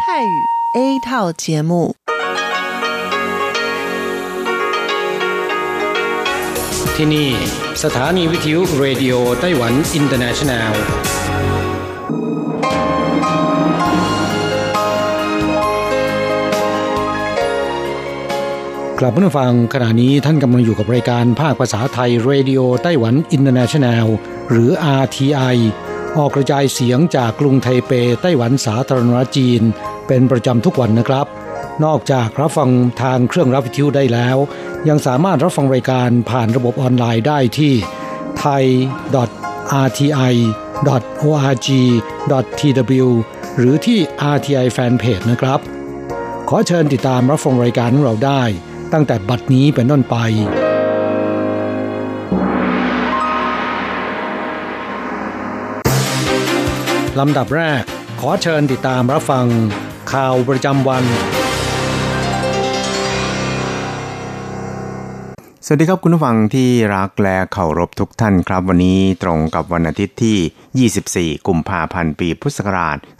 语 A 套节目ที่นี่สถานีวิทยุเรดิโอไต้หวันอินเตอร์เนชั่นแนลกลับมาฟังขณะนี้ท่านกำลังอยู่กับรายการภาคภาษาไทยเรดิโอไต้หวันอินเตอร์เนชั่นแนลหรือ RTI ออกกระจายเสียงจากกรุงไทเปไต้หวันสาธารณรัฐจีนเป็นประจำทุกวันนะครับนอกจากรับฟังทางเครื่องรับวิทยุได้แล้วยังสามารถรับฟังรายการผ่านระบบออนไลน์ได้ที่ thai.rti.org.tw หรือที่ RTI Fanpage นะครับขอเชิญติดตามรับฟังรายการของเราได้ตั้งแต่บัดนี้เป็นต้นไปลำดับแรกขอเชิญติดตามรับฟังข่าวประจำวันสวัสดีครับคุณผู้ฟังที่รักและเคารพทุกท่านครับวันนี้ตรงกับวันอาทิตย์ที่24กุมภาพันธ์ปีพุทธศักราช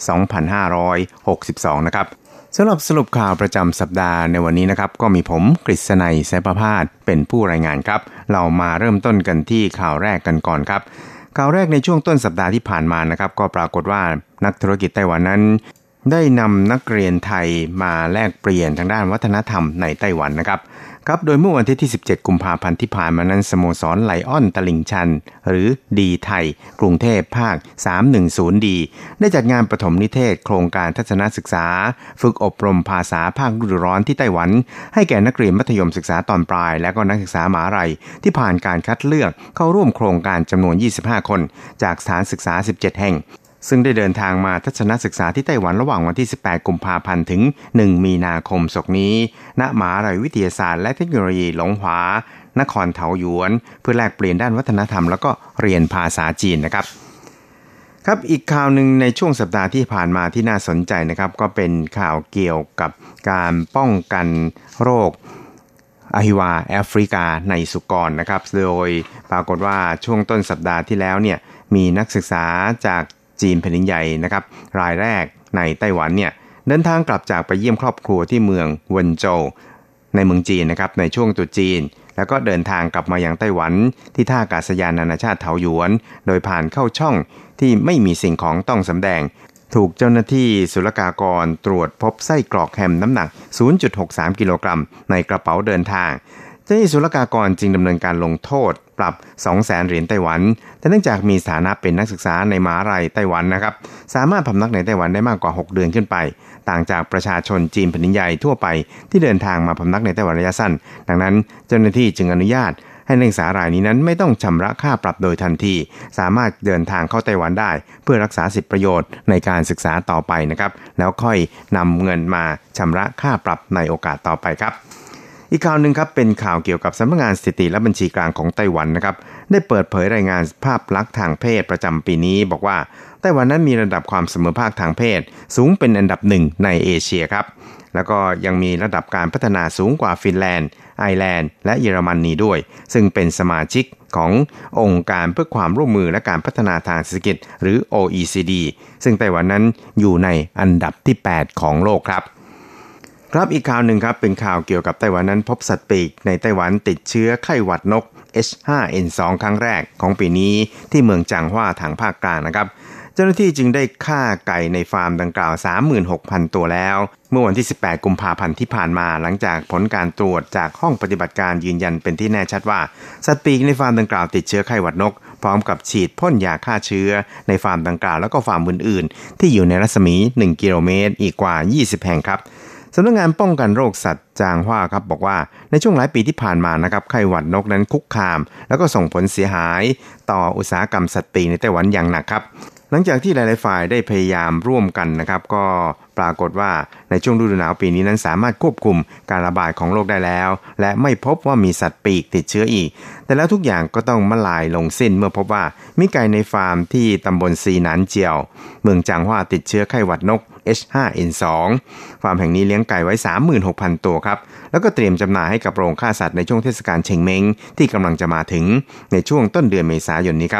2562นะครับสำหรับสรุปข่าวประจำสัปดาห์ในวันนี้นะครับก็มีผมกฤษณัยแสนประภาสเป็นผู้รายงานครับเรามาเริ่มต้นกันที่ข่าวแรกกันก่อนครับข่าวแรกในช่วงต้นสัปดาห์ที่ผ่านมานะครับก็ปรากฏว่านักธุรกิจไต้หวันนั้นได้นำนักเรียนไทยมาแลกเปลี่ยนทางด้านวัฒนธรรมในไต้หวันนะครับโดยเมื่อวันที่17กุมภาพันธ์ที่ผ่านมานั้นสโมสรไลออนตลิ่งชันหรือดีไทยกรุงเทพภาค 310D ได้จัดงานปฐมนิเทศโครงการทัศนศึกษาฝึกอบรมภาษาภาคฤดูร้อนที่ไต้หวันให้แก่นักเรียนมัธยมศึกษาตอนปลายและก็นักศึกษามหาวิทยาลัยที่ผ่านการคัดเลือกเข้าร่วมโครงการจำนวน25คนจากสถานศึกษา17แห่งซึ่งได้เดินทางมาทัศนศึกษาที่ไต้หวันระหว่างวันที่18กุมภาพันธ์ถึง1มีนาคมศกนี้ณมหาวิทยาลัยวิทยาศาสตร์และเทคโนโลยีหลงหวานครเทาหยวนเพื่อแลกเปลี่ยนด้านวัฒนธรรมแล้วก็เรียนภาษาจีนนะครับอีกข่าวหนึ่งในช่วงสัปดาห์ที่ผ่านมาที่น่าสนใจนะครับก็เป็นข่าวเกี่ยวกับการป้องกันโรคอหิวาแอฟริกาในสุกรนะครับโดยปรากฏว่าช่วงต้นสัปดาห์ที่แล้วเนี่ยมีนักศึกษาจากจีนแผ่นดินใหญ่นะครับรายแรกในไต้หวันเนี่ยเดินทางกลับจากไปเยี่ยมครอบครัวที่เมืองเวินโจวในเมืองจีนนะครับในช่วงตรุษจีนแล้วก็เดินทางกลับมายังไต้หวันที่ท่าอากาศยานนานาชาติเถาหยวนโดยผ่านเข้าช่องที่ไม่มีสิ่งของต้องสำแดงถูกเจ้าหน้าที่ศุลกากรตรวจพบไส้กรอกแฮมน้ำหนัก 0.63 กิโลกรัมในกระเป๋าเดินทางเจ้าหน้าที่ศุลกากรจึงดำเนินการลงโทษปรับ 200,000 เหรียญไต้หวันแต่เนื่องจากมีสถานะเป็นนักศึกษาในมหาวิทยาลัยไต้หวันนะครับสามารถพำนักในไต้หวันได้มากกว่า6เดือนขึ้นไปต่างจากประชาชนจีนแผ่นดินใหญ่ทั่วไปที่เดินทางมาพำนักในไต้หวันระยะสั้นดังนั้นเจ้าหน้าที่จึงอนุญาตให้นักศึกษารายนี้นั้นไม่ต้องชำระค่าปรับโดยทันทีสามารถเดินทางเข้าไต้หวันได้เพื่อรักษาสิทธิประโยชน์ในการศึกษาต่อไปนะครับแล้วค่อยนำเงินมาชำระค่าปรับในโอกาสต่อไปครับอีกข่าวหนึ่งครับเป็นข่าวเกี่ยวกับสำนักงานสถิติและบัญชีกลางของไต้หวันนะครับได้เปิดเผยรายงานภาพลักษณ์ทางเพศประจำปีนี้บอกว่าไต้หวันนั้นมีระดับความเสมอภาคทางเพศสูงเป็นอันดับหนึ่งในเอเชียครับแล้วก็ยังมีระดับการพัฒนาสูงกว่าฟินแลนด์ไอร์แลนด์และเยอรมนีด้วยซึ่งเป็นสมาชิกขององค์การเพื่อความร่วมมือและการพัฒนาทางเศรษฐกิจหรือ OECD ซึ่งไต้หวันนั้นอยู่ในอันดับที่8ของโลกครับอีกข่าวหนึ่งครับเป็นข่าวเกี่ยวกับไต้หวันนั้นพบสัตว์ปีกในไต้หวันติดเชื้อไข้หวัดนก H5N2 ครั้งแรกของปีนี้ที่เมืองจางฮวาทางภาคกลางนะครับเจ้าหน้าที่จึงได้ฆ่าไก่ในฟาร์มดังกล่าว 36,000 ตัวแล้วเมื่อวันที่18กุมภาพันธ์ที่ผ่านมาหลังจากผลการตรวจจากห้องปฏิบัติการยืนยันเป็นที่แน่ชัดว่าสัตว์ปีกในฟาร์มดังกล่าวติดเชื้อไข้หวัดนกพร้อมกับฉีดพ่นยาฆ่าเชื้อในฟาร์มดังกล่าวแล้วก็ฟาร์มอื่นๆที่อยู่ในรัศมี1กิโลเมตรอีกกว่า20แห่งครับสำนักงานป้องกันโรคสัตว์จางฮวาครับบอกว่าในช่วงหลายปีที่ผ่านมานะครับไข้หวัดนกนั้นคุกคามแล้วก็ส่งผลเสียหายต่ออุตสาหกรรมสัตว์ปีกในไต้หวันอย่างหนักครับหลังจากที่หลายๆฝ่ายได้พยายามร่วมกันนะครับก็ปรากฏว่าในช่วงฤดูหนาวปีนี้นั้นสามารถควบคุมการระบาดของโรคได้แล้วและไม่พบว่ามีสัตว์ปีกติดเชื้ออีกแต่แล้วทุกอย่างก็ต้องมาลายลงสิ้นเมื่อพบว่ามีไก่ในฟาร์มที่ตำบลซีหนานเจียวเมืองจางฮวาติดเชื้อไข้หวัดนก H5N2 ฟาร์มแห่งนี้เลี้ยงไก่ไว้ 36,000 ตัวครับแล้วก็เตรียมจำหน่ายให้กับโรงฆ่าสัตว์ในช่วงเทศกาลเชงเม้งที่กำลังจะมาถึงในช่วงต้นเดือนเมษายนนี้ครับ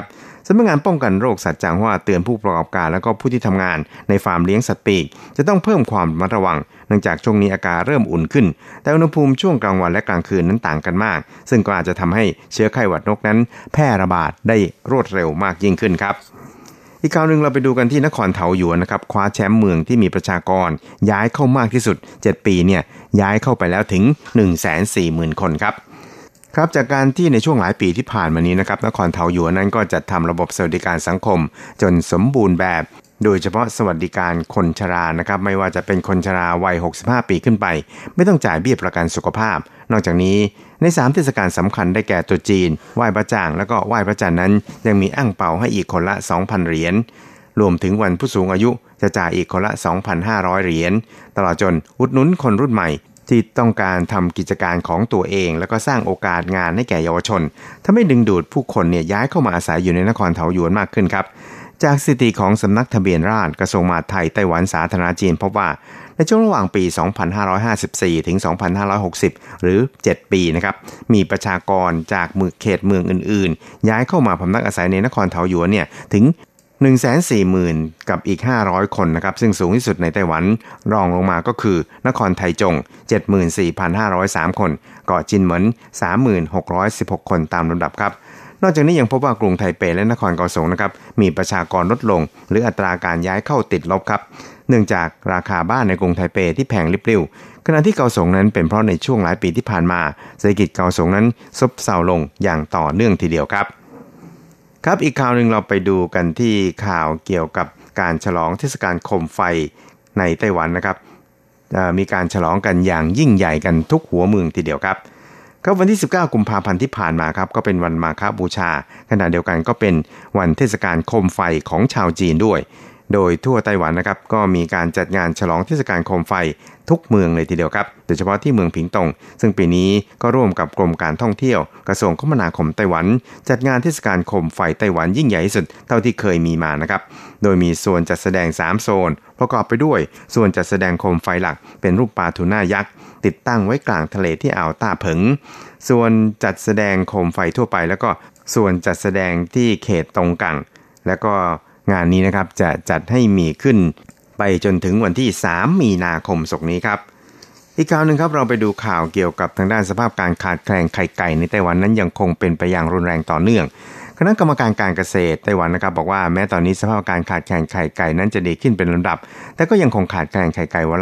สำนักงานป้องกันโรคสัตว์จางฮวาเตือนผู้ประกอบการและก็ผู้ที่ทำงานในฟาร์มเลี้ยงสัตว์ปีกจะต้องเพิ่มความระมัดระวังเนื่องจากช่วงนี้อากาศเริ่มอุ่นขึ้นแต่อุณหภูมิช่วงกลางวันและกลางคืนนั้นต่างกันมากซึ่งก็อาจจะทำให้เชื้อไข้หวัดนกนั้นแพร่ระบาดได้รวดเร็วมากยิ่งขึ้นครับอีกข่าวนึงเราไปดูกันที่นครเถาหยวนนะครับคว้าแชมป์เมืองที่มีประชากรย้ายเข้ามากที่สุด7ปีเนี่ยย้ายเข้าไปแล้วถึง 140,000 คนครับจากการที่ในช่วงหลายปีที่ผ่านมานี้นะครับนครเถาหยวนนั้นก็จัดทำระบบสวัสดิการสังคมจนสมบูรณ์แบบโดยเฉพาะสวัสดิการคนชรานะครับไม่ว่าจะเป็นคนชราวัย65ปีขึ้นไปไม่ต้องจ่ายเบี้ยประกันสุขภาพนอกจากนี้ใน3เทศกาลสำคัญได้แก่ตรุษจีนไหว้พระจ่างแล้วก็ไหว้พระจันทร์นั้นยังมีอั่งเปาให้อีกคนละ 2,000 เหรียญรวมถึงวันผู้สูงอายุจะจ่ายอีกคนละ 2,500 เหรียญตลอดจนอุดหนุนคนรุ่นใหม่ที่ต้องการทำกิจการของตัวเองแล้วก็สร้างโอกาสงานให้แก่เยาวชนทำให้ดึงดูดผู้คนเนี่ยย้ายเข้ามาอาศัยอยู่ในนครเถาหยวนมากขึ้นครับจากสถิติของสำนักทะเบียนราษฎร์กระทรวงมหาดไทยไต้หวันสาธารณจีนพบว่าในช่วงระหว่างปี 2554 ถึง 2560 หรือ 7 ปีนะครับมีประชากรจากเขตเมืองอื่นๆย้ายเข้ามาพำนักอาศัยในนครเถาหยวนเนี่ยถึง 140,000 กับอีก500คนนะครับซึ่งสูงที่สุดในไต้หวันรองลงมาก็คือนครไทจง 74,503 คนเกาะจินเหมิน 3616 คนตามลำดับครับนอกจากนี้ยังพบว่ากรุงไทเปและนครเกาสงนะครับมีประชากรลดลงหรืออัตราการย้ายเข้าติดลบครับเนื่องจากราคาบ้านในกรุงไทเปที่แพงริบลิ่วขณะที่เกาสงนั้นเป็นเพราะในช่วงหลายปีที่ผ่านมาเศรษฐกิจเกาสงนั้นซบเซาลงอย่างต่อเนื่องทีเดียวครับอีกข่าวนึงเราไปดูกันที่ข่าวเกี่ยวกับการฉลองเทศกาลโคมไฟในไต้หวันนะครับมีการฉลองกันอย่างยิ่งใหญ่กันทุกหัวเมืองทีเดียวครับวันที่19กุมภาพันธ์ที่ผ่านมาครับก็เป็นวันมาฆบูชาขณะเดียวกันก็เป็นวันเทศกาลโคมไฟของชาวจีนด้วยโดยทั่วไต้หวันนะครับก็มีการจัดงานฉลองเทศกาลโคมไฟทุกเมืองเลยทีเดียวครับโดยเฉพาะที่เมืองผิงตงซึ่งปีนี้ก็ร่วมกับกรมการท่องเที่ยวกระทรวงคมนาคมไต้หวันจัดงานเทศกาลโคมไฟไต้หวันยิ่งใหญ่ที่สุดเท่าที่เคยมีมานะครับโดยมีส่วนจัดแสดง3โซนประกอบไปด้วยส่วนจัดแสดงโคมไฟหลักเป็นรูปปลาทูน่ายักษ์ติดตั้งไว้กลางทะเลที่อ่าวต้าเผิงส่วนจัดแสดงโคมไฟทั่วไปแล้วก็ส่วนจัดแสดงที่เขตตงกังแล้วก็งานนี้นะครับจะจัดให้มีขึ้นไปจนถึงวันที่3มีนาคมศกนี้ครับอีกข่าวนึงครับเราไปดูข่าวเกี่ยวกับทางด้านสภาพการขาดแคลนไข่ไก่ในไต้หวันนั้นยังคงเป็นไปอย่างรุนแรงต่อเนื่องคณะกรรมการการเกษตรไต้หวันนะครับบอกว่าแม้ตอนนี้สภาพการขาดแคลนไข่ไก่นั้นจะดีขึ้นเป็นลำดับแต่ก็ยังคงขาดแคลนไข่ไก่วันละ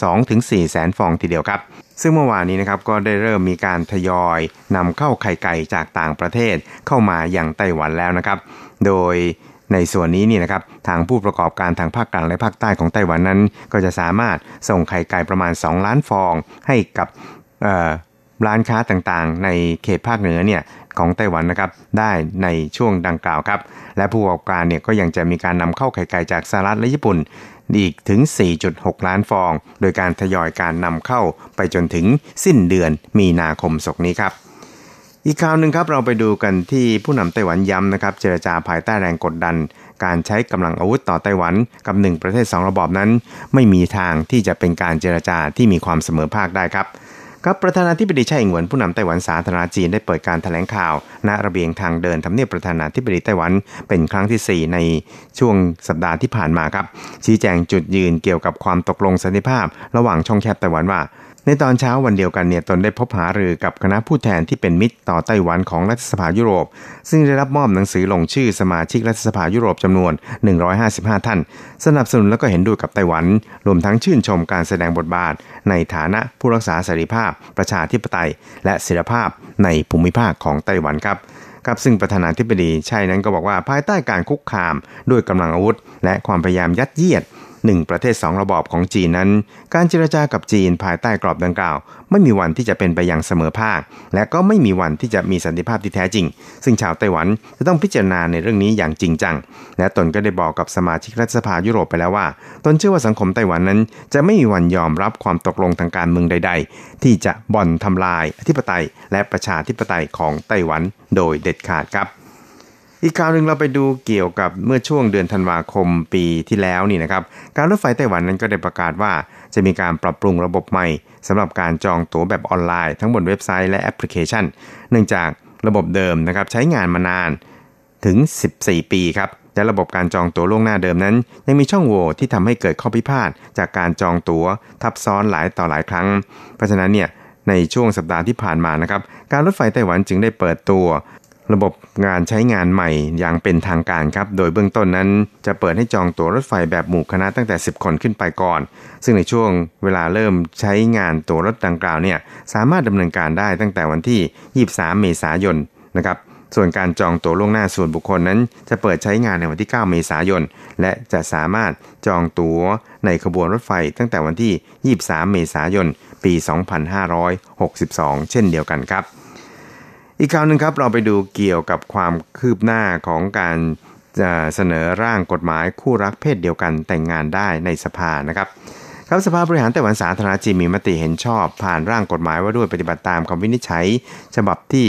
2-4 แสนฟองทีเดียวครับซึ่งเมื่อวานนี้นะครับก็ได้เริ่มมีการทยอยนำเข้าไข่ไก่จากต่างประเทศเข้ามาอย่างไต้หวันแล้วนะครับโดยในส่วนนี้นี่นะครับทางผู้ประกอบการทางภาคกลางและภาคใต้ของไต้หวันนั้นก็จะสามารถส่งไข่ไก่ประมาณ2ล้านฟองให้กับร้านค้าต่างๆในเขตภาคเหนือเนี่ยของไต้หวันนะครับได้ในช่วงดังกล่าวครับและผู้ประกอบการเนี่ยก็ยังจะมีการนำเข้าไข่ไก่จากสหรัฐและญี่ปุ่นอีกถึง 4.6 ล้านฟองโดยการทยอยการนำเข้าไปจนถึงสิ้นเดือนมีนาคมศกนี้ครับอีกข่าวนึงครับเราไปดูกันที่ผู้นำไต้หวันย้ำนะครับเจรจาภายใต้แรงกดดันการใช้กำลังอาวุธต่อไต้หวันกับ1ประเทศ2ระบอบนั้นไม่มีทางที่จะเป็นการเจรจาที่มีความเสมอภาคได้ครับประธานาธิบดีไช่อิงเหวินผู้นำไต้หวันสาธารณจีนได้เปิดการแถลงข่าวณระเบียงทางเดินทำเนียบประธานาธิบดีไต้หวันเป็นครั้งที่4ในช่วงสัปดาห์ที่ผ่านมาครับชี้แจงจุดยืนเกี่ยวกับความตกลงสันติภาพระหว่างช่องแคบไต้หวันว่าในตอนเช้าวันเดียวกันเนี่ยตนได้พบหารือกับคณะผู้แทนที่เป็นมิตรต่อไต้หวันของรัฐสภายุโรปซึ่งได้รับมอบหนังสือลงชื่อสมาชิกรัฐสภายุโรปจำนวน155ท่านสนับสนุนและก็เห็นด้วยกับไต้หวันรวมทั้งชื่นชมการแสดงบทบาทในฐานะผู้รักษาเสรีภาพประชาธิปไตยและเสรีภาพในภูมิภาคของไต้หวันครับซึ่งประธานาธิบดีไช่นั้นก็บอกว่าภายใต้การคุกคามด้วยกำลังอาวุธและความพยายามยัดเยียด1ประเทศ2ระบอบของจีนนั้นการเจรจากับจีนภายใต้กรอบดังกล่าวไม่มีวันที่จะเป็นไปอย่างเสมอภาคและก็ไม่มีวันที่จะมีสันติภาพที่แท้จริงซึ่งชาวไต้หวันจะต้องพิจารณาในเรื่องนี้อย่างจริงจังและตนก็ได้บอกกับสมาชิกรัฐสภายุโรปไปแล้วว่าตนเชื่อว่าสังคมไต้หวันนั้นจะไม่มีวันยอมรับความตกลงทางการเมืองใดๆที่จะบ่อนทำลายอธิปไตยและประชาธิปไตยของไต้หวันโดยเด็ดขาดครับอีกข่าวนึงเราไปดูเกี่ยวกับเมื่อช่วงเดือนธันวาคมปีที่แล้วนี่นะครับการรถไฟไต้หวันนั้นก็ได้ประกาศว่าจะมีการปรับปรุงระบบใหม่สำหรับการจองตั๋วแบบออนไลน์ทั้งบนเว็บไซต์และแอปพลิเคชันเนื่องจากระบบเดิมนะครับใช้งานมานานถึง14ปีครับและระบบการจองตั๋วล่วงหน้าเดิมนั้นยังมีช่องโหว่ที่ทำให้เกิดข้อพิพาทจากการจองตั๋วทับซ้อนหลายต่อหลายครั้งเพราะฉะนั้นเนี่ยในช่วงสัปดาห์ที่ผ่านมานะครับการรถไฟไต้หวันจึงได้เปิดตัวระบบงานใช้งานใหม่อย่างเป็นทางการครับโดยเบื้องต้นนั้นจะเปิดให้จองตั๋วรถไฟแบบหมู่คณะตั้งแต่10คนขึ้นไปก่อนซึ่งในช่วงเวลาเริ่มใช้งานตั๋วรถดังกล่าวเนี่ยสามารถดำเนินการได้ตั้งแต่วันที่23เมษายนนะครับส่วนการจองตั๋วล่วงหน้าส่วนบุคคลนั้นจะเปิดใช้งานในวันที่9เมษายนและจะสามารถจองตั๋วในขบวนรถไฟตั้งแต่วันที่23เมษายนปี2562เช่นเดียวกันครับอีกข่าวนึงครับเราไปดูเกี่ยวกับความคืบหน้าของการเสนอร่างกฎหมายคู่รักเพศเดียวกันแต่งงานได้ในสภานะครับครับสภาบริหารไต้หวันสาธารณจีนมีมติเห็นชอบผ่านร่างกฎหมายว่าด้วยปฏิบัติตามคำวินิจฉัยฉบับที่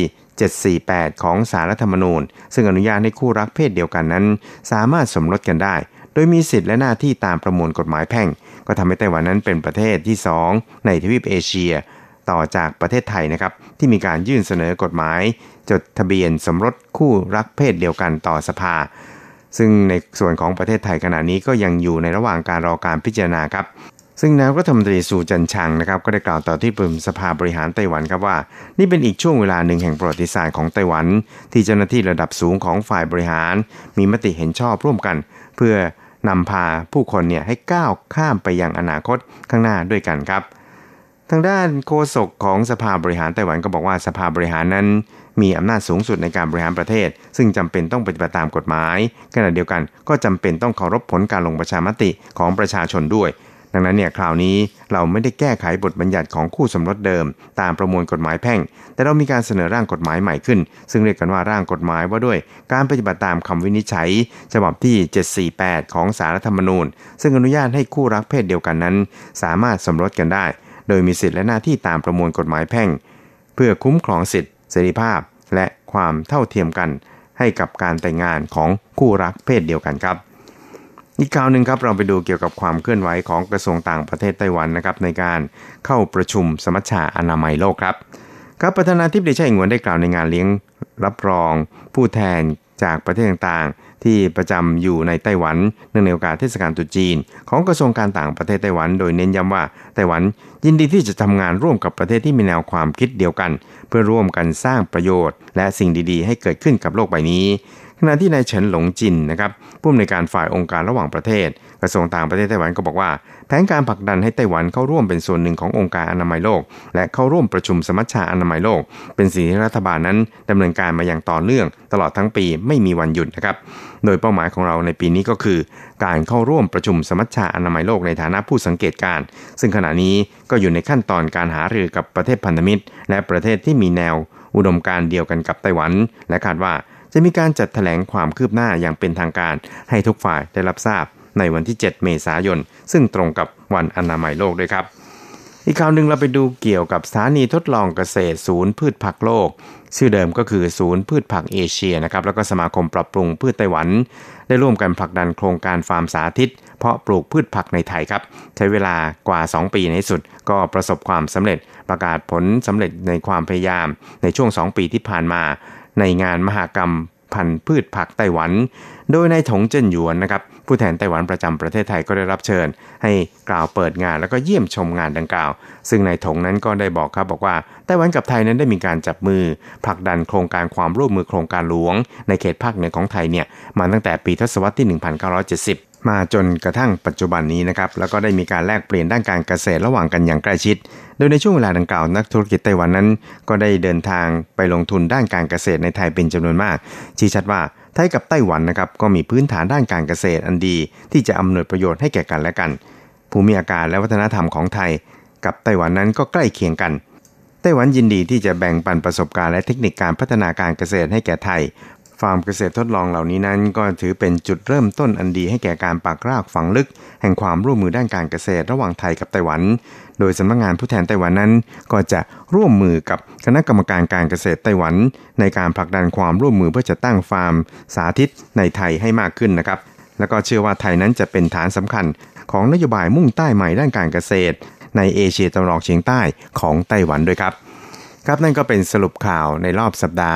748ของศาลรัฐธรรมนูญซึ่งอนุญาตให้คู่รักเพศเดียวกันนั้นสามารถสมรสกันได้โดยมีสิทธิและหน้าที่ตามประมวลกฎหมายแพ่งก็ทำให้ไต้หวันนั้นเป็นประเทศที่2ในทวีปเอเชียต่อจากประเทศไทยนะครับที่มีการยื่นเสนอกฎหมายจดทะเบียนสมรสคู่รักเพศเดียวกันต่อสภาซึ่งในส่วนของประเทศไทยขณะนี้ก็ยังอยู่ในระหว่างการรอการพิจารณาครับซึ่งนายกรัฐมนตรีซูจันชังนะครับก็ได้กล่าวต่อที่ประชุมสภาบริหารไต้หวันครับว่านี่เป็นอีกช่วงเวลาหนึ่งแห่งประวัติศาสตร์ของไต้หวันที่เจ้าหน้าที่ระดับสูงของฝ่ายบริหารมีมติเห็นชอบร่วมกันเพื่อนำพาผู้คนเนี่ยให้ก้าวข้ามไปยังอนาคตข้างหน้าด้วยกันครับทางด้านโฆษกของสภาบริหารไต้หวันก็บอกว่าสภาบริหารนั้นมีอำนาจสูงสุดในการบริหารประเทศซึ่งจำเป็นต้องปฏิบัติตามกฎหมายขณะเดียวกันก็จำเป็นต้องเคารพผลการลงประชามติของประชาชนด้วยดังนั้นเนี่ยคราวนี้เราไม่ได้แก้ไขบทบัญญัติของคู่สมรสเดิมตามประมวลกฎหมายแพ่งแต่เรามีการเสนอร่างกฎหมายใหม่ขึ้นซึ่งเรียกกันว่าร่างกฎหมายว่าด้วยการปฏิบัติตามคำวินิจฉัยฉบับที่748ของศาลรัฐธรรมนูญซึ่งอนุญาตให้คู่รักเพศเดียวกันนั้นสามารถสมรสกันได้โดยมีสิทธิและหน้าที่ตามประมวลกฎหมายแพ่งเพื่อคุ้มครองสิทธิเสรีภาพและความเท่าเทียมกันให้กับการแต่งงานของคู่รักเพศเดียวกันครับอีกข่าวนึงครับเราไปดูเกี่ยวกับความเคลื่อนไหวของกระทรวงต่างประเทศไต้หวันนะครับในการเข้าประชุมสมัชชาอนามัยโลกครับประธานาธิบดีไช่อิงหวนได้กล่าวในงานเลี้ยงรับรองผู้แทนจากประเทศต่างๆที่ประจำอยู่ในไต้หวันเนื่องในโอกาสเทศกาลตรุษจีนของกระทรวงการต่างประเทศไต้หวันโดยเน้นย้ำว่าไต้หวันยินดีที่จะทำงานร่วมกับประเทศที่มีแนวความคิดเดียวกันเพื่อร่วมกันสร้างประโยชน์และสิ่งดีๆให้เกิดขึ้นกับโลกใบนี้ขณะที่นายเฉินหลงจินนะครับผู้อำนวยการฝ่ายองค์การระหว่างประเทศกระทรวงต่างประเทศไต้หวันก็บอกว่าแผนการผลักดันให้ไต้หวันเข้าร่วมเป็นส่วนหนึ่งขององค์การอนามัยโลกและเข้าร่วมประชุมสมัชชาอนามัยโลกเป็นสิ่งที่รัฐบาลนั้นดำเนินการมาอย่างต่อเนื่องตลอดทั้งปีไม่มีวันหยุดนะครับโดยเป้าหมายของเราในปีนี้ก็คือการเข้าร่วมประชุมสมัชชาอนามัยโลกในฐานะผู้สังเกตการณ์ซึ่งขณะนี้ก็อยู่ในขั้นตอนการหารือกับประเทศพันธมิตรและประเทศที่มีแนวอุดมการณ์เดียวกันกับไต้หวันและคาดว่าจะมีการจัดแถลงความคืบหน้าอย่างเป็นทางการให้ทุกฝ่ายได้รับทราบในวันที่7เมษายนซึ่งตรงกับวันอนามัยโลกด้วยครับอีกข่าวนึงเราไปดูเกี่ยวกับสถานีทดลองเกษตรศูนย์พืชผักโลกชื่อเดิมก็คือศูนย์พืชผักเอเชียนะครับแล้วก็สมาคมปรับปรุงพืชไต้หวันได้ร่วมกันผลักดันโครงการฟาร์มสาธิตเพาะปลูกพืชผักในไทยครับใช้เวลากว่า2ปีในที่สุดก็ประสบความสำเร็จประกาศผลสำเร็จในความพยายามในช่วง2ปีที่ผ่านมาในงานมหกรรมพันธุ์พืชผักไต้หวันโดยนายถงเจิ้นหยวนนะครับผู้แทนไต้หวันประจำประเทศไทยก็ได้รับเชิญให้กล่าวเปิดงานแล้วก็เยี่ยมชมงานดังกล่าวซึ่งนายถงนั้นก็ได้บอกว่าไต้หวันกับไทยนั้นได้มีการจับมือผลักดันโครงการความร่วมมือโครงการหลวงในเขตภาคเหนือของไทยเนี่ยมาตั้งแต่ปีทศวรรษที่1970มาจนกระทั่งปัจจุบันนี้นะครับแล้วก็ได้มีการแลกเปลี่ยนด้านการเกษตรระหว่างกันอย่างใกล้ชิดโดยในช่วงเวลาดังกล่าวนักธุรกิจไต้หวันนั้นก็ได้เดินทางไปลงทุนด้านการเกษตรในไทยเป็นจำนวนมากชี้ชัดว่าไทยกับไต้หวันนะครับก็มีพื้นฐานด้านการเกษตรอันดีที่จะอำนวยประโยชน์ให้แก่กันและกันภูมิอากาศและวัฒนธรรมของไทยกับไต้หวันนั้นก็ใกล้เคียงกันไต้หวันยินดีที่จะแบ่งปันประสบการณ์และเทคนิคการพัฒนาการเกษตรให้แก่ไทยฟาร์มเกษตรทดลองเหล่านี้นั้นก็ถือเป็นจุดเริ่มต้นอันดีให้แก่การปักรากฝังลึกแห่งความร่วมมือด้านการเกษตรระหว่างไทยกับไต้หวันโดยสำนักงานผู้แทนไต้หวันนั้นก็จะร่วมมือกับคณะกรรมการการเกษตรไต้หวันในการผลักดันความร่วมมือเพื่อจะตั้งฟาร์มสาธิตในไทยให้มากขึ้นนะครับแล้วก็เชื่อว่าไทยนั้นจะเป็นฐานสำคัญของนโยบายมุ่งใต้ใหม่ด้านการเกษตรในเอเชียตะวันออกเฉียงใต้ของไต้หวันด้วยครับนั่นก็เป็นสรุปข่าวในรอบสัปดาห์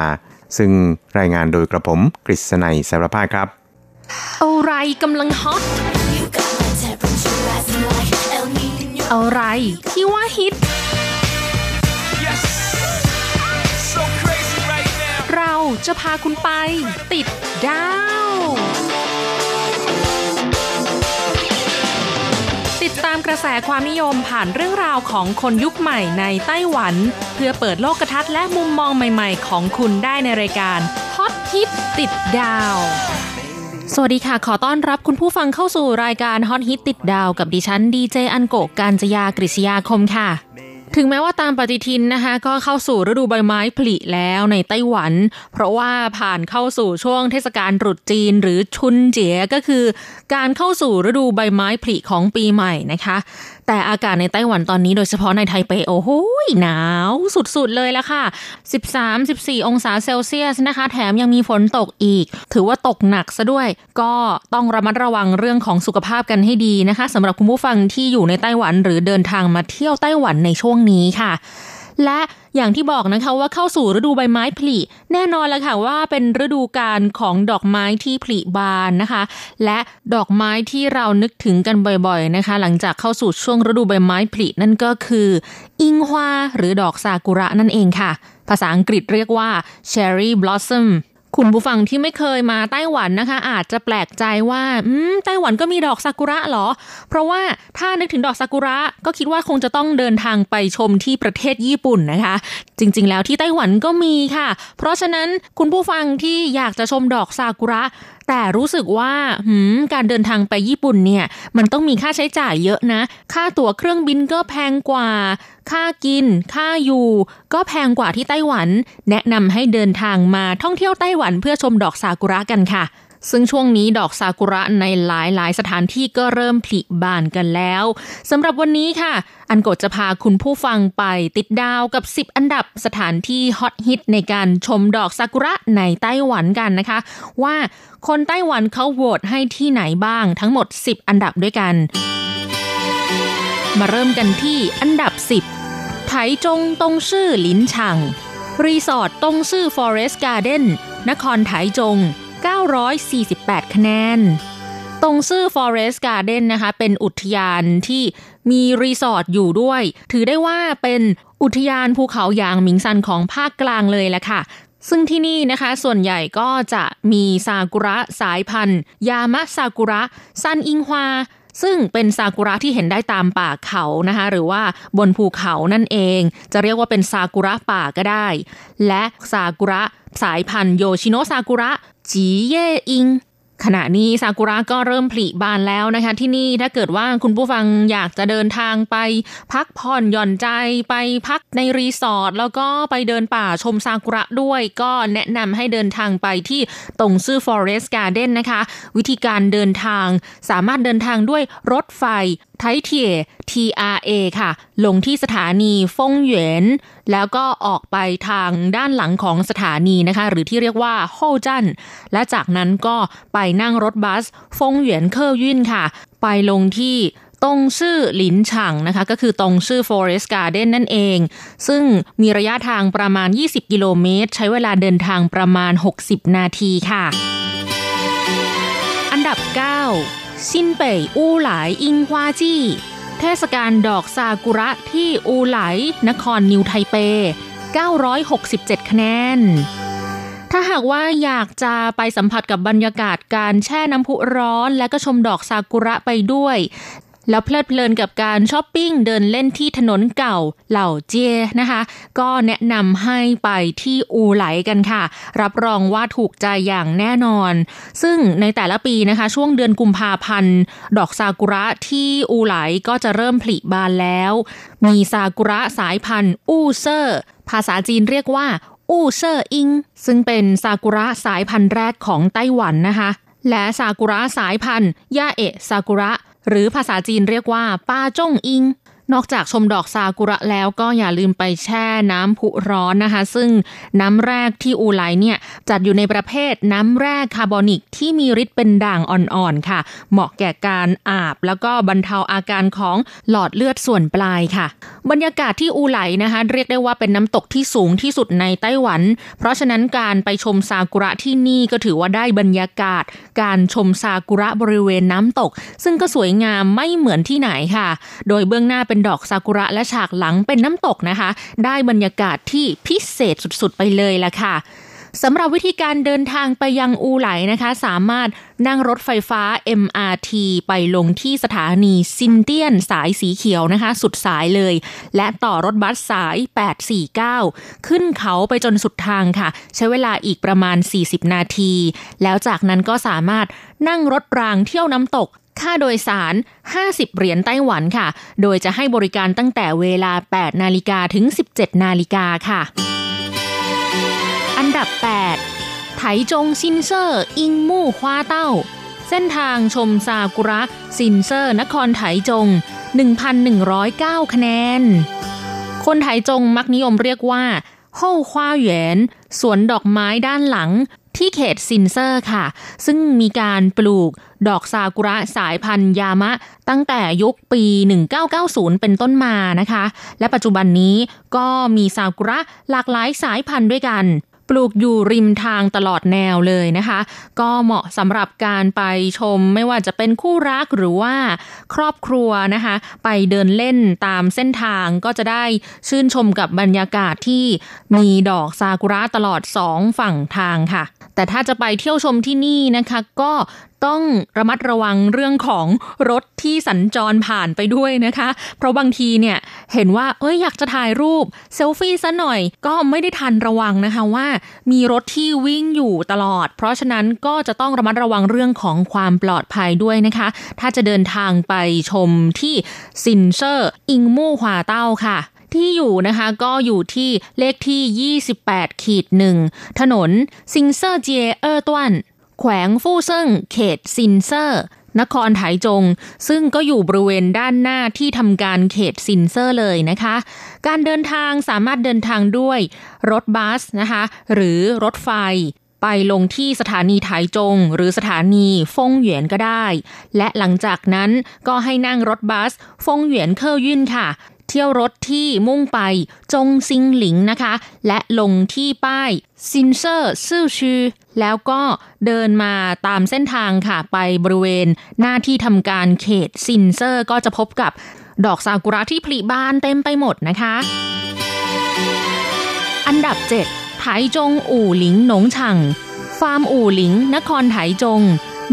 ซึ่งรายงานโดยกระผมกฤษณัยสารพาครับอะไรกำลังฮอตอะไรที่ว่าฮิตเราจะพาคุณไปติดดาวติดตามกระแสความนิยมผ่านเรื่องราวของคนยุคใหม่ในไต้หวันเพื่อเปิดโลกทัศน์และมุมมองใหม่ๆของคุณได้ในรายการฮอตฮิตติดดาวสวัสดีค่ะขอต้อนรับคุณผู้ฟังเข้าสู่รายการฮอตฮิตติดดาวกับดิฉันดีเจอันโกะกาญจยากฤษยาคมค่ะถึงแม้ว่าตามปฏิทินนะคะก็เข้าสู่ฤดูใบไม้ผลิแล้วในไต้หวันเพราะว่าผ่านเข้าสู่ช่วงเทศกาลตรุษจีนหรือชุนเจี๋ยก็คือการเข้าสู่ฤดูใบไม้ผลิของปีใหม่นะคะแต่อากาศในไต้หวันตอนนี้โดยเฉพาะในไทเปโอ้โหหนาวสุดๆเลยละค่ะ 13-14 องศาเซลเซียสนะคะแถมยังมีฝนตกอีกถือว่าตกหนักซะด้วยก็ต้องระมัดระวังเรื่องของสุขภาพกันให้ดีนะคะสำหรับคุณผู้ฟังที่อยู่ในไต้หวันหรือเดินทางมาเที่ยวไต้หวันในช่วงนี้ค่ะและอย่างที่บอกนะคะว่าเข้าสู่ฤดูใบไม้ผลิแน่นอนแล้วค่ะว่าเป็นฤดูกาลของดอกไม้ที่ผลิบานนะคะและดอกไม้ที่เรานึกถึงกันบ่อยๆนะคะหลังจากเข้าสู่ช่วงฤดูใบไม้ผลินั่นก็คืออิงฮวาหรือดอกซากุระนั่นเองค่ะภาษาอังกฤษเรียกว่า Cherry Blossomคุณผู้ฟังที่ไม่เคยมาไต้หวันนะคะอาจจะแปลกใจว่าไต้หวันก็มีดอกซากุระเหรอเพราะว่าถ้านึกถึงดอกซากุระก็คิดว่าคงจะต้องเดินทางไปชมที่ประเทศญี่ปุ่นนะคะจริงๆแล้วที่ไต้หวันก็มีค่ะเพราะฉะนั้นคุณผู้ฟังที่อยากจะชมดอกซากุระแต่รู้สึกว่าการเดินทางไปญี่ปุ่นเนี่ยมันต้องมีค่าใช้จ่ายเยอะนะค่าตั๋วเครื่องบินก็แพงกว่าค่ากินค่าอยู่ก็แพงกว่าที่ไต้หวันแนะนำให้เดินทางมาท่องเที่ยวไต้หวันเพื่อชมดอกซากุระกันค่ะซึ่งช่วงนี้ดอกซากุระในหลายๆสถานที่ก็เริ่มผลิบานกันแล้วสำหรับวันนี้ค่ะอันโกะจะพาคุณผู้ฟังไปติดดาวกับ10อันดับสถานที่ฮอตฮิตในการชมดอกซากุระในไต้หวันกันนะคะว่าคนไต้หวันเขาโหวตให้ที่ไหนบ้างทั้งหมด10อันดับด้วยกันมาเริ่มกันที่อันดับ10ไถจงตงซื่อหลินฉ่างรีสอร์ทตงซื่อฟอเรสต์การ์เด้นนครไถจง948คะแนนตงซื่อ Forest Garden นะคะเป็นอุทยานที่มีรีสอร์ทอยู่ด้วยถือได้ว่าเป็นอุทยานภูเขาหยางหมิงซันของภาคกลางเลยแหละค่ะซึ่งที่นี่นะคะส่วนใหญ่ก็จะมีซากุระสายพันธุ์ยามะซากุระซันอิงฮวาซึ่งเป็นซากุระที่เห็นได้ตามป่าเขานะคะหรือว่าบนภูเขานั่นเองจะเรียกว่าเป็นซากุระป่าก็ได้และซากุระสายพันธุ์โยชิโนะซากุระจีเย่อิงขณะนี้ซากุระก็เริ่มผลิบานแล้วนะคะที่นี่ถ้าเกิดว่าคุณผู้ฟังอยากจะเดินทางไปพักผ่อนหย่อนใจไปพักในรีสอร์ทแล้วก็ไปเดินป่าชมซากุระด้วยก็แนะนำให้เดินทางไปที่ตงซื่อ Forest Garden นะคะวิธีการเดินทางสามารถเดินทางด้วยรถไฟไทเทีย TRA ค่ะลงที่สถานีฟงเหวียนแล้วก็ออกไปทางด้านหลังของสถานีนะคะหรือที่เรียกว่าโฮจั่นและจากนั้นก็ไปนั่งรถบัสฟงเหวียนเคอร์ยินค่ะไปลงที่ตงซื่อหลินฉ่างนะคะก็คือตงซื่อ Forest Garden นั่นเองซึ่งมีระยะทางประมาณ20กิโลเมตรใช้เวลาเดินทางประมาณ60นาทีค่ะอันดับ9ซินเป่ยอู่หลายอิงฮวาจี้เทศกาลดอกซากุระที่อู่หลายนครนิวไทเป967คะแนนถ้าหากว่าอยากจะไปสัมผัสกับบรรยากาศการแช่น้ำพุร้อนและก็ชมดอกซากุระไปด้วยแล้วเพลิดเพลินกับการช้อปปิ้งเดินเล่นที่ถนนเก่าเหล่าเจียนะคะก็แนะนำให้ไปที่อู่ไหลกันค่ะรับรองว่าถูกใจอย่างแน่นอนซึ่งในแต่ละปีนะคะช่วงเดือนกุมภาพันธ์ดอกซากุระที่อู่ไหลก็จะเริ่มผลิบานแล้วมีซากุระสายพันธุ์อู่เซอร์ภาษาจีนเรียกว่าอู่เซอร์อิงซึ่งเป็นซากุระสายพันธุ์แรกของไต้หวันนะคะและซากุระสายพันธุ์ย่าเอะซากุระหรือภาษาจีนเรียกว่าปาจ้งอิงนอกจากชมดอกซากุระแล้วก็อย่าลืมไปแช่น้ำพุร้อนนะคะซึ่งน้ำแร่ที่อู่ไหลเนี่ยจัดอยู่ในประเภทน้ำแร่คาร์บอนิกที่มีฤทธิ์เป็นด่างอ่อนๆค่ะเหมาะแก่การอาบแล้วก็บรรเทาอาการของหลอดเลือดส่วนปลายค่ะบรรยากาศที่อูไหลนะคะเรียกได้ว่าเป็นน้ำตกที่สูงที่สุดในไต้หวันเพราะฉะนั้นการไปชมซากุระที่นี่ก็ถือว่าได้บรรยากาศการชมซากุระบริเวณน้ำตกซึ่งก็สวยงามไม่เหมือนที่ไหนค่ะโดยเบื้องหน้าเป็นดอกซากุระและฉากหลังเป็นน้ำตกนะคะได้บรรยากาศที่พิเศษสุดๆไปเลยล่ะค่ะสำหรับวิธีการเดินทางไปยังอูไหลนะคะสามารถนั่งรถไฟฟ้า MRT ไปลงที่สถานีซินเตียนสายสีเขียวนะคะสุดสายเลยและต่อรถบัสสาย849ขึ้นเขาไปจนสุดทางค่ะใช้เวลาอีกประมาณ40นาทีแล้วจากนั้นก็สามารถนั่งรถรางเที่ยวน้ำตกค่าโดยสาร50เหรียญไต้หวันค่ะโดยจะให้บริการตั้งแต่เวลา 8 นาฬิกาถึง 17 นาฬิกาค่ะอันดับ8ไถจงซินเซอร์อิงมู่ฮวาเต้าเส้นทางชมซากุระซินเซอร์นครไถจง 1,109 คะแนนคนไถจงมักนิยมเรียกว่าเฮ่าฮวาเหวียนสวนดอกไม้ด้านหลังที่เขตซินเซอร์ค่ะซึ่งมีการปลูกดอกซากุระสายพันธุ์ยามะตั้งแต่ยุคปี 1990 เป็นต้นมานะคะและปัจจุบันนี้ก็มีซากุระหลากหลายสายพันธุ์ด้วยกันปลูกอยู่ริมทางตลอดแนวเลยนะคะก็เหมาะสำหรับการไปชมไม่ว่าจะเป็นคู่รักหรือว่าครอบครัวนะคะไปเดินเล่นตามเส้นทางก็จะได้ชื่นชมกับบรรยากาศที่มีดอกซากุระตลอด2ฝั่งทางค่ะแต่ถ้าจะไปเที่ยวชมที่นี่นะคะก็ต้องระมัดระวังเรื่องของรถที่สัญจรผ่านไปด้วยนะคะเพราะบางทีเนี่ยเห็นว่าอยากจะถ่ายรูปเซลฟี่ซะหน่อยก็ไม่ได้ทันระวังนะคะว่ามีรถที่วิ่งอยู่ตลอดเพราะฉะนั้นก็จะต้องระมัดระวังเรื่องของความปลอดภัยด้วยนะคะถ้าจะเดินทางไปชมที่ซินเซอร์อิงมู่ฮวาเต้าค่ะที่อยู่นะคะก็อยู่ที่เลขที่ 28-1 ถนนซิงเซอร์เจียต้วนแขวงฟู่เซิ่งเขตซินเซอร์นครไถจงซึ่งก็อยู่บริเวณด้านหน้าที่ทำการเขตซินเซอร์เลยนะคะการเดินทางสามารถเดินทางด้วยรถบัสนะคะหรือรถไฟไปลงที่สถานีไถจงหรือสถานีฟงเหวียนก็ได้และหลังจากนั้นก็ให้นั่งรถบัสฟงเหวียนเคอร์ยุ่นค่ะเที่ยวรถที่มุ่งไปจงซิงหลิงนะคะและลงที่ป้ายซินเซอร์ซื่อชือแล้วก็เดินมาตามเส้นทางค่ะไปบริเวณหน้าที่ทำการเขตซินเซอร์ก็จะพบกับดอกซากุระที่ผลิบานเต็มไปหมดนะคะอันดับ7ไถจงอู่หลิงหนงฉังฟาร์มอู่หลิงนครไถจง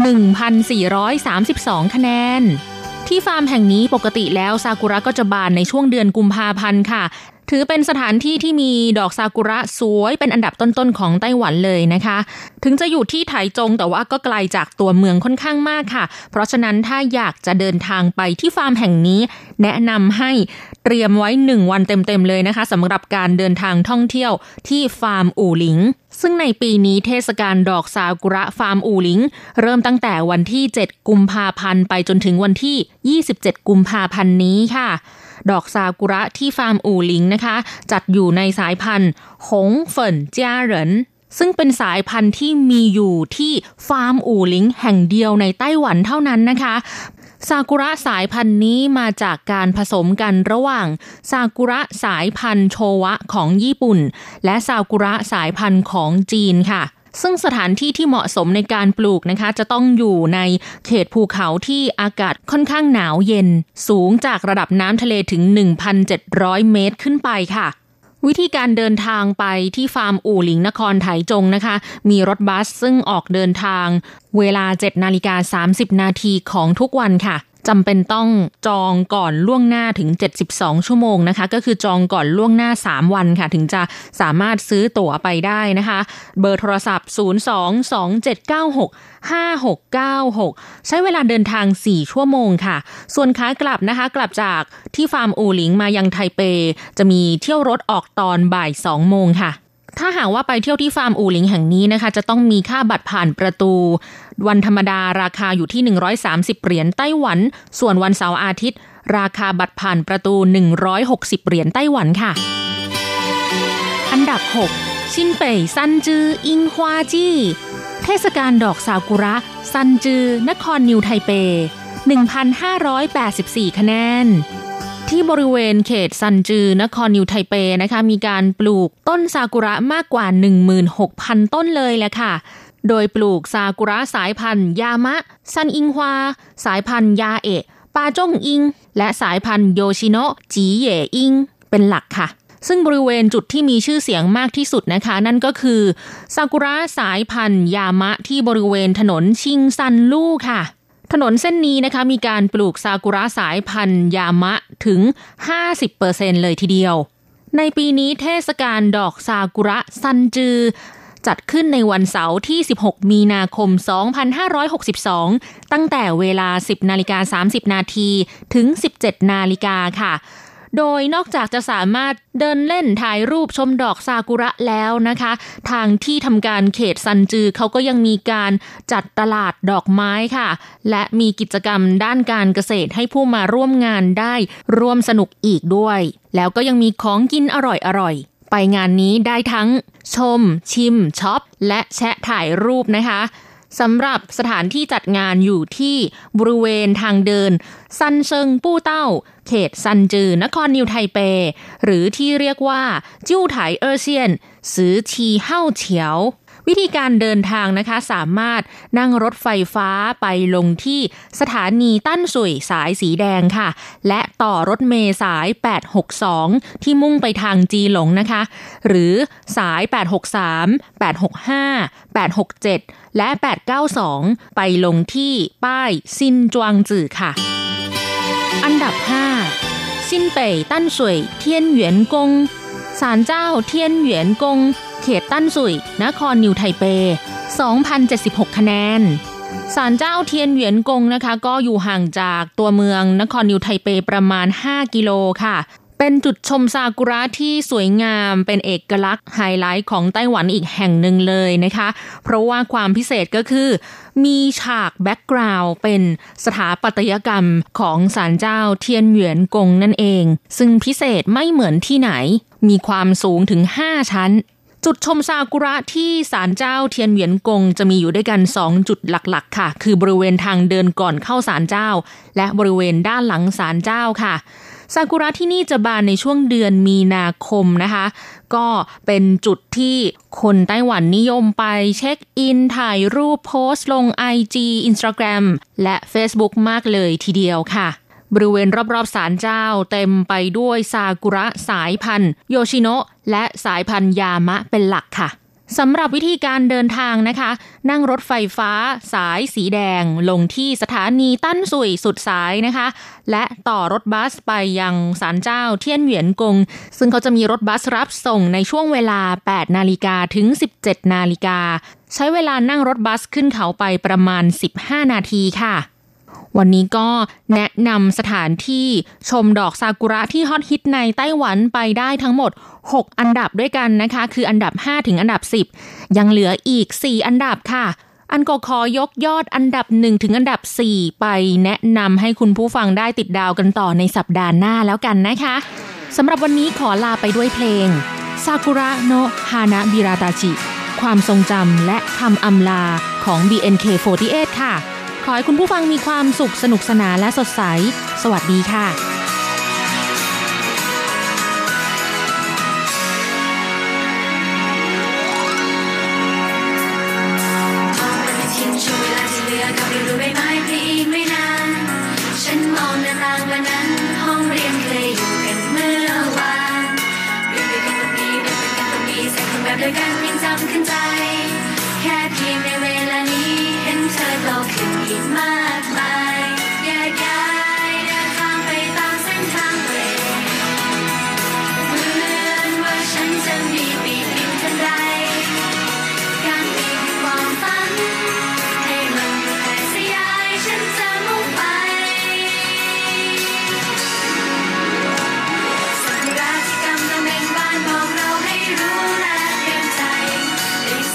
1,432 คะแนนที่ฟาร์มแห่งนี้ปกติแล้วซากุระก็จะบานในช่วงเดือนกุมภาพันธ์ค่ะถือเป็นสถานที่ที่มีดอกซากุระสวยเป็นอันดับต้นๆของไต้หวันเลยนะคะถึงจะอยู่ที่ไถจงแต่ว่าก็ไกลจากตัวเมืองค่อนข้างมากค่ะเพราะฉะนั้นถ้าอยากจะเดินทางไปที่ฟาร์มแห่งนี้แนะนำให้เตรียมไว้1วันเต็มๆเลยนะคะสำหรับการเดินทางท่องเที่ยวที่ฟาร์มอู่หลิงซึ่งในปีนี้เทศกาลดอกซากุระฟาร์มอู่หลิงเริ่มตั้งแต่วันที่7กุมภาพันธ์ไปจนถึงวันที่27กุมภาพันธ์นี้ค่ะดอกซากุระที่ฟาร์มอู่หลิงนะคะจัดอยู่ในสายพันธุ์หงเฟินเจียเหรินซึ่งเป็นสายพันธุ์ที่มีอยู่ที่ฟาร์มอู่หลิงแห่งเดียวในไต้หวันเท่านั้นนะคะซากุระสายพันธุ์นี้มาจากการผสมกันระหว่างซากุระสายพันธุ์โชวะของญี่ปุ่นและซากุระสายพันธุ์ของจีนค่ะซึ่งสถานที่ที่เหมาะสมในการปลูกนะคะจะต้องอยู่ในเขตภูเขาที่อากาศค่อนข้างหนาวเย็นสูงจากระดับน้ำทะเลถึง 1,700 เมตรขึ้นไปค่ะวิธีการเดินทางไปที่ฟาร์มอู่หลิงนครไถจงนะคะมีรถบัสซึ่งออกเดินทางเวลา 7:30 นาทีของทุกวันค่ะจำเป็นต้องจองก่อนล่วงหน้าถึง72ชั่วโมงนะคะก็คือจองก่อนล่วงหน้า3วันค่ะถึงจะสามารถซื้อตั๋วไปได้นะคะเบอร์โทรศัพท์ 02-2796-5696 ใช้เวลาเดินทาง4ชั่วโมงค่ะส่วนขากลับนะคะกลับจากที่ฟาร์มอู่หลิงมายังไทเปจะมีเที่ยวรถออกตอนบ่าย 2 โมงค่ะถ้าหากว่าไปเที่ยวที่ฟาร์มอู่หลิงแห่งนี้นะคะจะต้องมีค่าบัตรผ่านประตูวันธรรมดาราคาอยู่ที่130เหรียญไต้หวันส่วนวันเสาร์อาทิตย์ราคาบัตรผ่านประตู160เหรียญไต้หวันค่ะอันดับ6ซินเป่ยซันจืออิงฮวาจี้เทศกาลดอกซากุระซันจือนครนิวไทเป 1,584 คะแนนที่บริเวณเขตซันจือนครนิวไทเปนะคะมีการปลูกต้นซากุระมากกว่า 16,000 ต้นเลยแหละค่ะโดยปลูกซากุระสายพันธุ์ยามะซันอิงฮวาสายพันธุ์ยาเอะปาจ้งอิงและสายพันธุ์โยชิโนะจีเย่อิงเป็นหลักค่ะซึ่งบริเวณจุดที่มีชื่อเสียงมากที่สุดนะคะนั่นก็คือซากุระสายพันธุ์ยามะที่บริเวณถนนชิงซันลู่ค่ะถนนเส้นนี้นะคะมีการปลูกซากุระสายพันธุ์ยามะถึง 50% เลยทีเดียวในปีนี้เทศกาลดอกซากุระซันจือจัดขึ้นในวันเสาร์ที่16มีนาคม2562ตั้งแต่เวลา 10:30 นาทีถึง 17:00 นค่ะโดยนอกจากจะสามารถเดินเล่นถ่ายรูปชมดอกซากุระแล้วนะคะทางที่ทำการเขตซันจือเขาก็ยังมีการจัดตลาดดอกไม้ค่ะและมีกิจกรรมด้านการเกษตรให้ผู้มาร่วมงานได้ร่วมสนุกอีกด้วยแล้วก็ยังมีของกินอร่อยๆไปงานนี้ได้ทั้งชมชิมช็อปและแชะถ่ายรูปนะคะสำหรับสถานที่จัดงานอยู่ที่บริเวณทางเดินซันเซิงปู้เต้าเขตซันจือนครนิวไทเปหรือที่เรียกว่าจิ้วไถเออเซียนซือชีเฮ่าเฉียววิธีการเดินทางนะคะสามารถนั่งรถไฟฟ้าไปลงที่สถานีตั้นสุยสายสีแดงค่ะและต่อรถเมล์สาย862ที่มุ่งไปทางจีหลงนะคะหรือสาย863 865 867และ892ไปลงที่ป้ายซินจวางจื่อค่ะอันดับ5ซินเป่ยตั้นสุยเทียนเหวียนกงศาลเจ้าเทียนเหวียนกงเขตตั้นสุยนครนิวไทเป 2,076 คะแนนศาลเจ้าเทียนเหวียนกงนะคะก็อยู่ห่างจากตัวเมืองนครนิวไทเปประมาณ5กิโลค่ะเป็นจุดชมซากุระที่สวยงามเป็นเอกลักษณ์ไฮไลท์ของไต้หวันอีกแห่งหนึ่งเลยนะคะเพราะว่าความพิเศษก็คือมีฉากแบ็กกราวด์เป็นสถาปัตยกรรมของศาลเจ้าเทียนเหวียนกงนั่นเองซึ่งพิเศษไม่เหมือนที่ไหนมีความสูงถึง5ชั้นจุดชมซากุระที่ศาลเจ้าเทียนเหวียนกงจะมีอยู่ด้วยกัน2จุดหลักๆค่ะคือบริเวณทางเดินก่อนเข้าศาลเจ้าและบริเวณด้านหลังศาลเจ้าค่ะซากุระที่นี่จะบานในช่วงเดือนมีนาคมนะคะก็เป็นจุดที่คนไต้หวันนิยมไปเช็คอินถ่ายรูปโพสต์ลง IG Instagram และ Facebook มากเลยทีเดียวค่ะบริเวณรอบๆศาลเจ้าเต็มไปด้วยซากุระสายพันธุ์โยชิโนะและสายพันธุ์ยามะเป็นหลักค่ะสำหรับวิธีการเดินทางนะคะนั่งรถไฟฟ้าสายสีแดงลงที่สถานีตั้นสุยสุดสายนะคะและต่อรถบัสไปยังศาลเจ้าเทียนเหวียนกงซึ่งเขาจะมีรถบัสรับส่งในช่วงเวลา 8 นาฬิกาถึง 17 นาฬิกาใช้เวลานั่งรถบัสขึ้นเขาไปประมาณ15 นาทีค่ะวันนี้ก็แนะนำสถานที่ชมดอกซากุระที่ฮอตฮิตในไต้หวันไปได้ทั้งหมด6อันดับด้วยกันนะคะคืออันดับ5ถึงอันดับ10ยังเหลืออีก4อันดับค่ะอันก็ขอยกยอดอันดับ1ถึงอันดับ4ไปแนะนำให้คุณผู้ฟังได้ติดดาวกันต่อในสัปดาห์หน้าแล้วกันนะคะสำหรับวันนี้ขอลาไปด้วยเพลงซากุระโนะฮานะบิราตาจิความทรงจำและคำอำลาของ BNK48 ค่ะขอให้คุณผู้ฟังมีความสุขสนุกสนานและสดใสสวัสดีค่ะฉันมองหน้าต่างวันนั้นห้องเรียนเคยอยู่กันเมื่อวานเรียนด้วยกันตรงนี้เดินด้วยกันตรงนี้ใส่เครื่องแบบด้วยกันยังจำขึ้นใจแค่เพียงในเวลานี้เห็นเธอโตขึ้นอีกมากมายแยกย้ายเดินทางไปตามเส้นทางตัวเองเหมือนว่าฉันจะมีปีกบินทันใดการปีกความฝันให้มันแผ่สยายฉันจะมุ่งไปซากุระที่กำลังเบ่งบานบอกเราให้รู้และเตรียมใจได้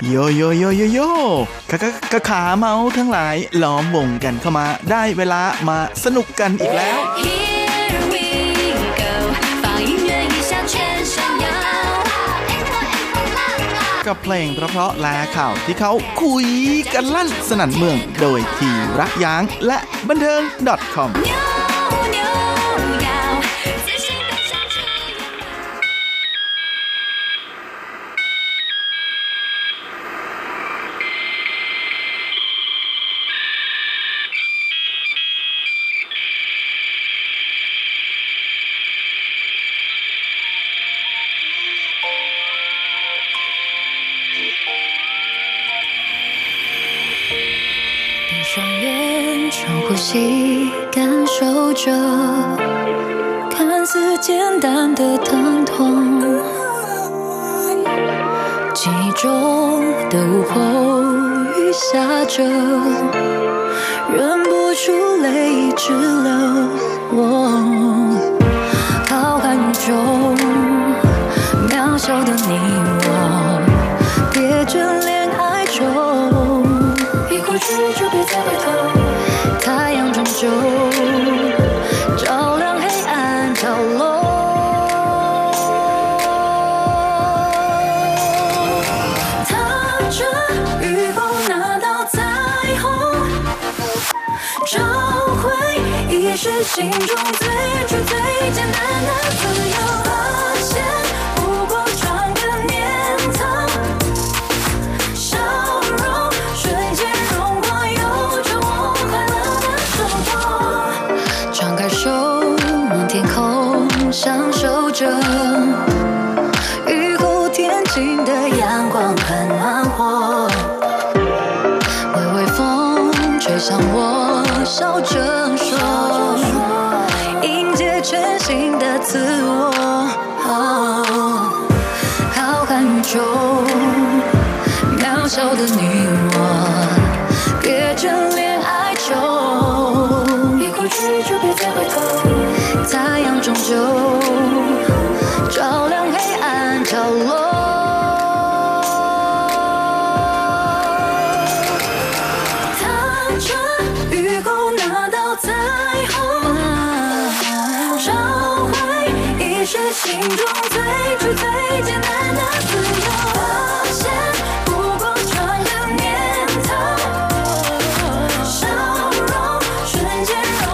โยโยโยโยโยขาเมาทั้งหลายล้อมวงกันเข้ามาได้เวลามาสนุกกันอีกแล้วกับเพลงเพราะๆและข่าวที่เขาคุยกันลั่นสนั่นเมืองโดยทีรักย้างและบันเทิง .com 双眼深呼吸，感受着看似简单的疼痛，记忆中的午后雨下着，忍不住泪直流。浩瀚宇宙，渺小的你我，别眷恋哀愁。过去就别再回头，太阳终究照亮黑暗角落。踏着雨后那道彩虹，找回遗失心中最初最简单的自由。发现不过转个念头，笑容瞬间手望天空，享受着雨后天晴的阳光很暖和，微微风吹向我，笑着说，迎接全新的自我。浩瀚宇宙，渺小的你我，别眷恋哀愁。过去就别再回头，太阳终究照亮黑暗角落。踏着雨后那道彩虹，找回遗失心中最初最简单的自由。发现不过转个念头，笑容瞬间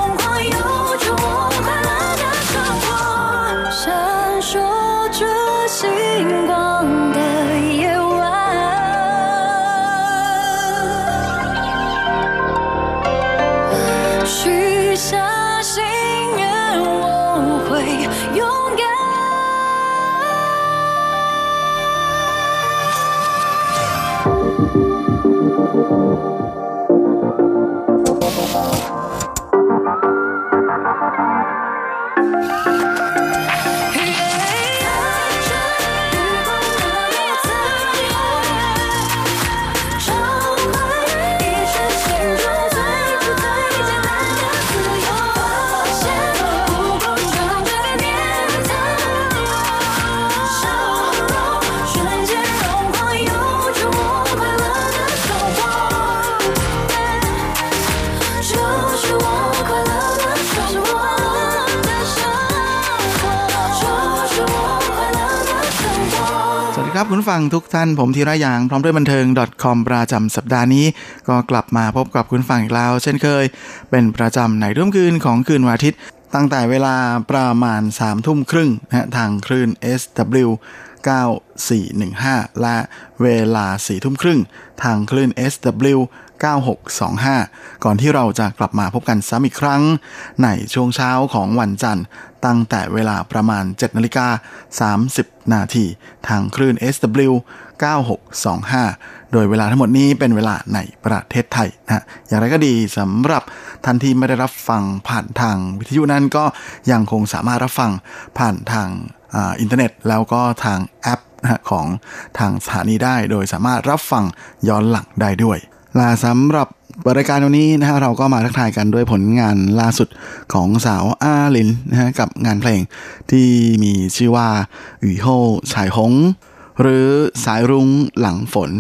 闪烁着星光的夜晚，许下心愿，我会勇敢。 ครับคุณฟังทุกท่านผมธีระยางพร้อมด้วยบันเทิง .com ประจำสัปดาห์นี้ก็กลับมาพบกับคุณฟังอีกแล้วเช่นเคยเป็นประจำในรุ่มคืนของคืนวันอาทิตย์ตั้งแต่เวลาประมาณ 3:30 น.นะทางคลื่น SW 9415 และเวลา 4:30 น.ทางคลื่น SW 9625 ก่อนที่เราจะกลับมาพบกันซ้ำอีกครั้งในช่วงเช้าของวันจันทร์ตั้งแต่เวลาประมาณ 7:30 น.ทางคลื่น SW 9625 โดยเวลาทั้งหมดนี้เป็นเวลาในประเทศไทยนะอย่างไรก็ดีสำหรับท่านที่ไม่ได้รับฟังผ่านทางวิทยุนั้นก็ยังคงสามารถรับฟังผ่านทางอินเทอร์เน็ตแล้วก็ทางแอปของทางสถานีได้โดยสามารถรับฟังย้อนหลังได้ด้วยและสำหรับรายการวันนี้นะฮะเราก็มาทักทายกันด้วยผลงานล่าสุดของสาวอาลินนะฮะกับงานเพลงที่มีชื่อว่า雨后彩虹หรือสายรุ้งหลังฝน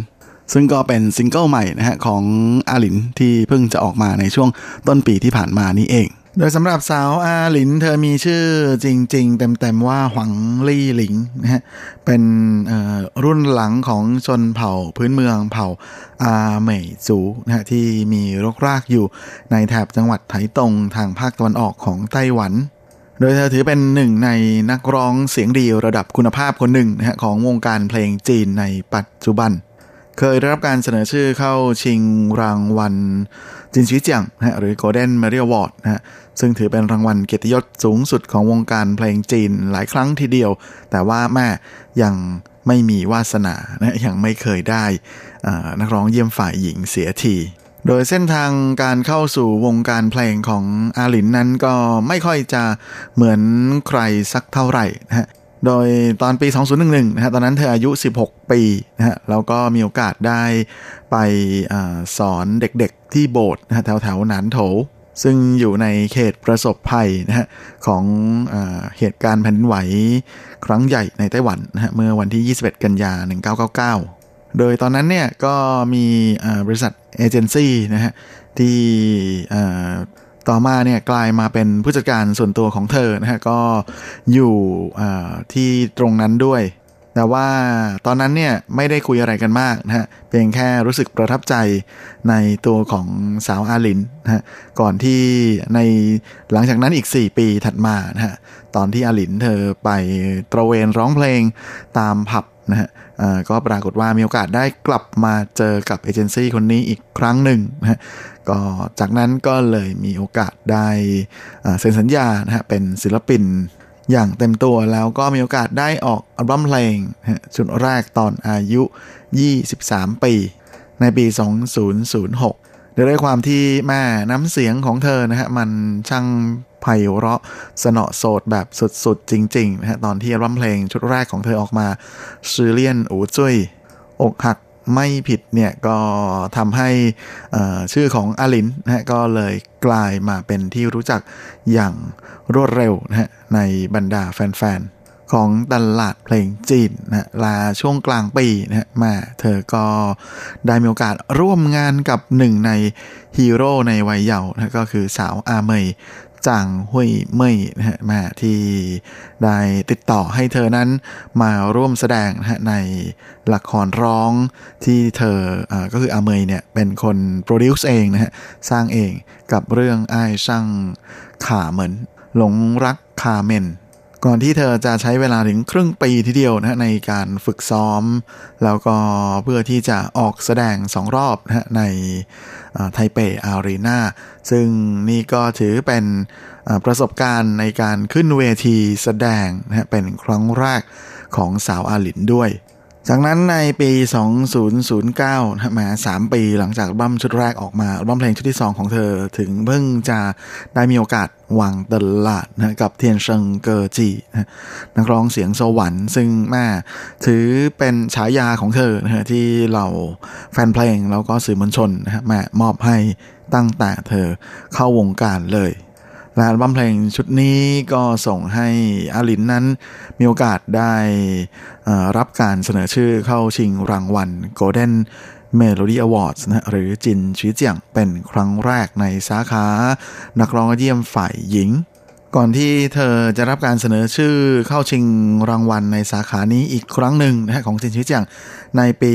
ซึ่งก็เป็นซิงเกิลใหม่นะฮะของอาหลินที่เพิ่งจะออกมาในช่วงต้นปีที่ผ่านมานี้เองโดยสำหรับสาวอาหลินเธอมีชื่อจริงๆเต็มๆว่าหวังลี่หลิงนะฮะเป็นรุ่นหลังของชนเผ่าพื้นเมืองเผ่าอาเหม่ยจูนะฮะที่มีรกรากอยู่ในแถบจังหวัดไถตงทางภาคตะวันออกของไต้หวันโดยเธอถือเป็นหนึ่งในนักร้องเสียงดีระดับคุณภาพคนหนึ่งนะฮะของวงการเพลงจีนในปัจจุบันเคยได้รับการเสนอชื่อเข้าชิงรางวัลจินชีเจียงนะฮะหรือ Golden Merit Award นะฮะซึ่งถือเป็นรางวัลเกียรติยศสูงสุดของวงการเพลงจีนหลายครั้งทีเดียวแต่ว่าแม่ยังไม่มีวาสนานะยังไม่เคยได้นักร้องเยี่ยมฝ่ายหญิงเสียทีโดยเส้นทางการเข้าสู่วงการเพลงของอาหลินนั้นก็ไม่ค่อยจะเหมือนใครสักเท่าไหร่นะฮะโดยตอนปี 2011 นะฮะตอนนั้นเธออายุ16 ปีนะฮะแล้วก็มีโอกาสได้ไปสอนเด็กๆที่โบสถ์นะฮะแถวๆหนานโถซึ่งอยู่ในเขตประสบภัยนะฮะของเหตุการณ์แผ่นดินไหวครั้งใหญ่ในไต้หวันนะฮะเมื่อวันที่ 21 กันยายน 1999 โดยตอนนั้นเนี่ยก็มีบริษัทเอเจนซี่นะฮะที่ต่อมาเนี่ยกลายมาเป็นผู้จัดการส่วนตัวของเธอนะฮะก็อยู่ที่ตรงนั้นด้วยแต่ว่าตอนนั้นเนี่ยไม่ได้คุยอะไรกันมากนะฮะเพียงแค่รู้สึกประทับใจในตัวของสาวอาหลินนะฮะก่อนที่ในหลังจากนั้นอีก4 ปีถัดมานะฮะตอนที่อาหลินเธอไปตระเวนร้องเพลงตามผับนะฮะก็ปรากฏว่ามีโอกาสได้กลับมาเจอกับเอเจนซี่คนนี้อีกครั้งหนึ่งนะฮะก็จากนั้นก็เลยมีโอกาสได้เซ็นสัญญานะฮะเป็นศิลปินอย่างเต็มตัวแล้วก็มีโอกาสได้ออกอัลบั้มเพลงชุดแรกตอนอายุ23 ปีในปี 2006ด้วยความที่แม่น้ำเสียงของเธอนะฮะมันช่างไพเราะสนอโสดแบบสุดๆจริงๆนะฮะตอนที่อัลบั้มเพลงชุดแรกของเธอออกมาชื่อเลี่ยนอู่จุ้ยอกหักไม่ผิดเนี่ยก็ทำให้ชื่อของอาหลินนะฮะก็เลยกลายมาเป็นที่รู้จักอย่างรวดเร็วนะฮะในบรรดาแฟนๆของตลาดเพลงจีนนะลาช่วงกลางปีนะฮะมาเธอก็ได้มีโอกาสร่วมงานกับหนึ่งในฮีโร่ในวัยเยาว์นะก็คือสาวอาเหมยจางหุยเม่ยนะฮะมาที่ได้ติดต่อให้เธอนั้นมาร่วมแสดงนะฮะในละครร้องที่เธอก็คืออาเหมยเนี่ยเป็นคนโปรดิวซ์เองนะฮะสร้างเองกับเรื่องอ้ายช่างข่าเหมินหลงรักคาเมนก่อนที่เธอจะใช้เวลาถึงครึ่งปีทีเดียวนะในการฝึกซ้อมแล้วก็เพื่อที่จะออกแสดง2 รอบนะในไทเปอารีนาซึ่งนี่ก็ถือเป็นประสบการณ์ในการขึ้นเวทีแสดงนะเป็นครั้งแรกของสาวอาหลินด้วยจากนั้นในปี 2009 นะมา3 ปีหลังจากอัลบั้มชุดแรกออกมาอัลบั้มเพลงชุดที่2ของเธอถึงเพิ่งจะได้มีโอกาสวางตลาดนะกับเทียนเซิงเกอจีนะนักร้องเสียงสวรรค์ซึ่งแม่ถือเป็นฉายาของเธอนะฮะที่เราแฟนเพลงแล้วก็สื่อมวลชนนะฮะแม่มอบให้ตั้งแต่เธอเข้าวงการเลยและอัลบั้มเพลงชุดนี้ก็ส่งให้อาหลินนั้นมีโอกาสได้รับการเสนอชื่อเข้าชิงรางวัล Golden Melody Awards นะหรือจินชีเจียงเป็นครั้งแรกในสาขานักร้องยอดเยี่ยมฝ่ายหญิงก่อนที่เธอจะรับการเสนอชื่อเข้าชิงรางวัลในสาขานี้อีกครั้งหนึ่งนะของจินชีเจียงในปี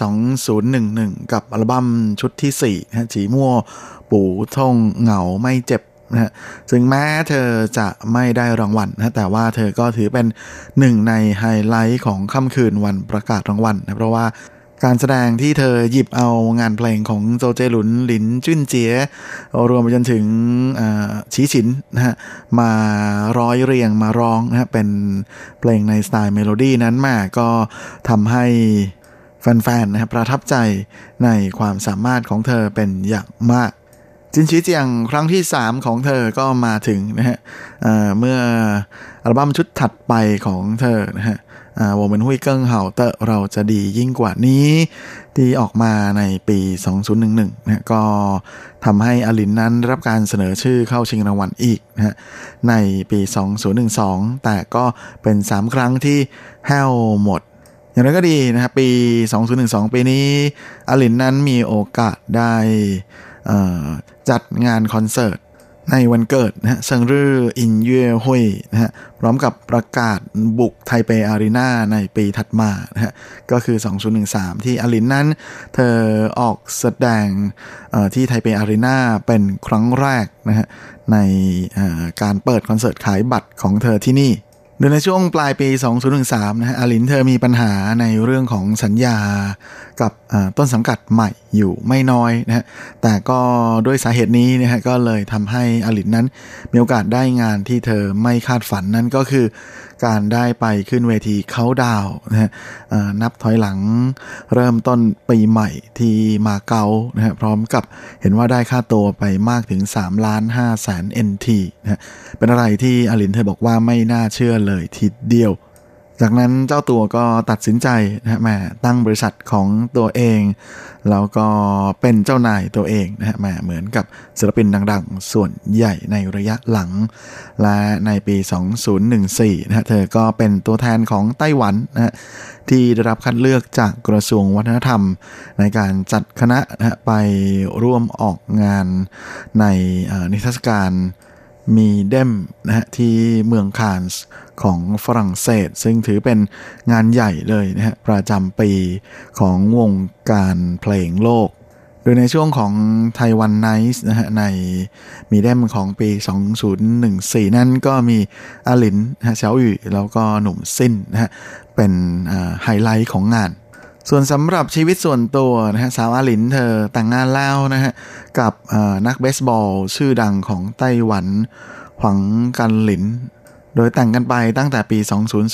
2011 กับอัลบั้มชุดที่4นะจีมั่วปู่ท่งเหงาไม่เจ็บนะฮะซึ่งแม้เธอจะไม่ได้รางวัลนะแต่ว่าเธอก็ถือเป็นหนึ่งในไฮไลท์ของค่ำคืนวันประกาศรางวัลนะเพราะว่าการแสดงที่เธอหยิบเอางานเพลงของโจเจหลุนหลินจุ้นเจี๋ยรวมไปจนถึงฉีฉินนะฮะมาร้อยเรียงมาร้องนะฮะเป็นเพลงในสไตล์เมโลดี้นั้นมาก็ทำให้แฟนๆนะครับประทับใจในความสามารถของเธอเป็นอย่างมากจินชีเจียงครั้งที่3ของเธอก็มาถึงนะฮะเมื่ออัลบั้มชุดถัดไปของเธอนะฮะวงเป็นหุยเกิ้งเห่าเตอเราจะดียิ่งกว่านี้ที่ออกมาในปี 2011 นะก็ทำให้อาหลินนั้นรับการเสนอชื่อเข้าชิงรางวัลอีกนะฮะในปี 2012 แต่ก็เป็น3 ครั้งที่แห้วหมดอย่างไรก็ดีนะครับปี2012ปีนี้อลินนั้นมีโอกาสได้จัดงานคอนเสิร์ตในวันเกิดนะฮะเซิงรื่ออินเย่ฮุยนะฮะพร้อมกับประกาศบุกไทเปอารีนาในปีถัดมานะฮะก็คือ2013ที่อลินนั้นเธอออกแสดงที่ไทเปอารีนาเป็นครั้งแรกนะฮะในการเปิดคอนเสิร์ตขายบัตรของเธอที่นี่โดยในช่วงปลายปี2013นะฮะอลินเธอมีปัญหาในเรื่องของสัญญากับต้นสังกัดใหม่อยู่ไม่น้อยนะฮะแต่ก็ด้วยสาเหตุนี้นะฮะก็เลยทำให้อลินนั้นมีโอกาสได้งานที่เธอไม่คาดฝันนั่นก็คือการได้ไปขึ้นเวทีเค้าดาวน์นะฮะนับถอยหลังเริ่มต้นปีใหม่ที่มาเก๊านะฮะพร้อมกับเห็นว่าได้ค่าตัวไปมากถึง 3,500,000 NT นะฮะเป็นอะไรที่อลินเธอบอกว่าไม่น่าเชื่อเลยทีเดียวจากนั้นเจ้าตัวก็ตัดสินใจนะฮะตั้งบริษัทของตัวเองแล้วก็เป็นเจ้านายตัวเองนะฮะเหมือนกับศิลปินดังๆส่วนใหญ่ในระยะหลังและในปี2014นะฮะเธอก็เป็นตัวแทนของไต้หวันนะฮะที่ได้รับคัดเลือกจากกระทรวงวัฒนธรรมในการจัดคณะนะฮะไปร่วมออกงานในนิทรรศการมีเดมนะฮะที่เมืองคานส์ของฝรั่งเศสซึ่งถือเป็นงานใหญ่เลยนะฮะประจำปีของวงการเพลงโลกโดยในช่วงของไต้หวันไนท์นะฮะในมีเดมของปี2014นั้นก็มีอาหลินนะฮะเฉาหยู่แล้วก็หนุ่มซินนะฮะเป็นไฮไลท์ของงานส่วนสำหรับชีวิตส่วนตัวนะฮะสาวอาหลินเธอแต่งงานแล้วนะฮะกับนักเบสบอลชื่อดังของไต้หวันหวังกันหลินโดยแต่งกันไปตั้งแต่ปี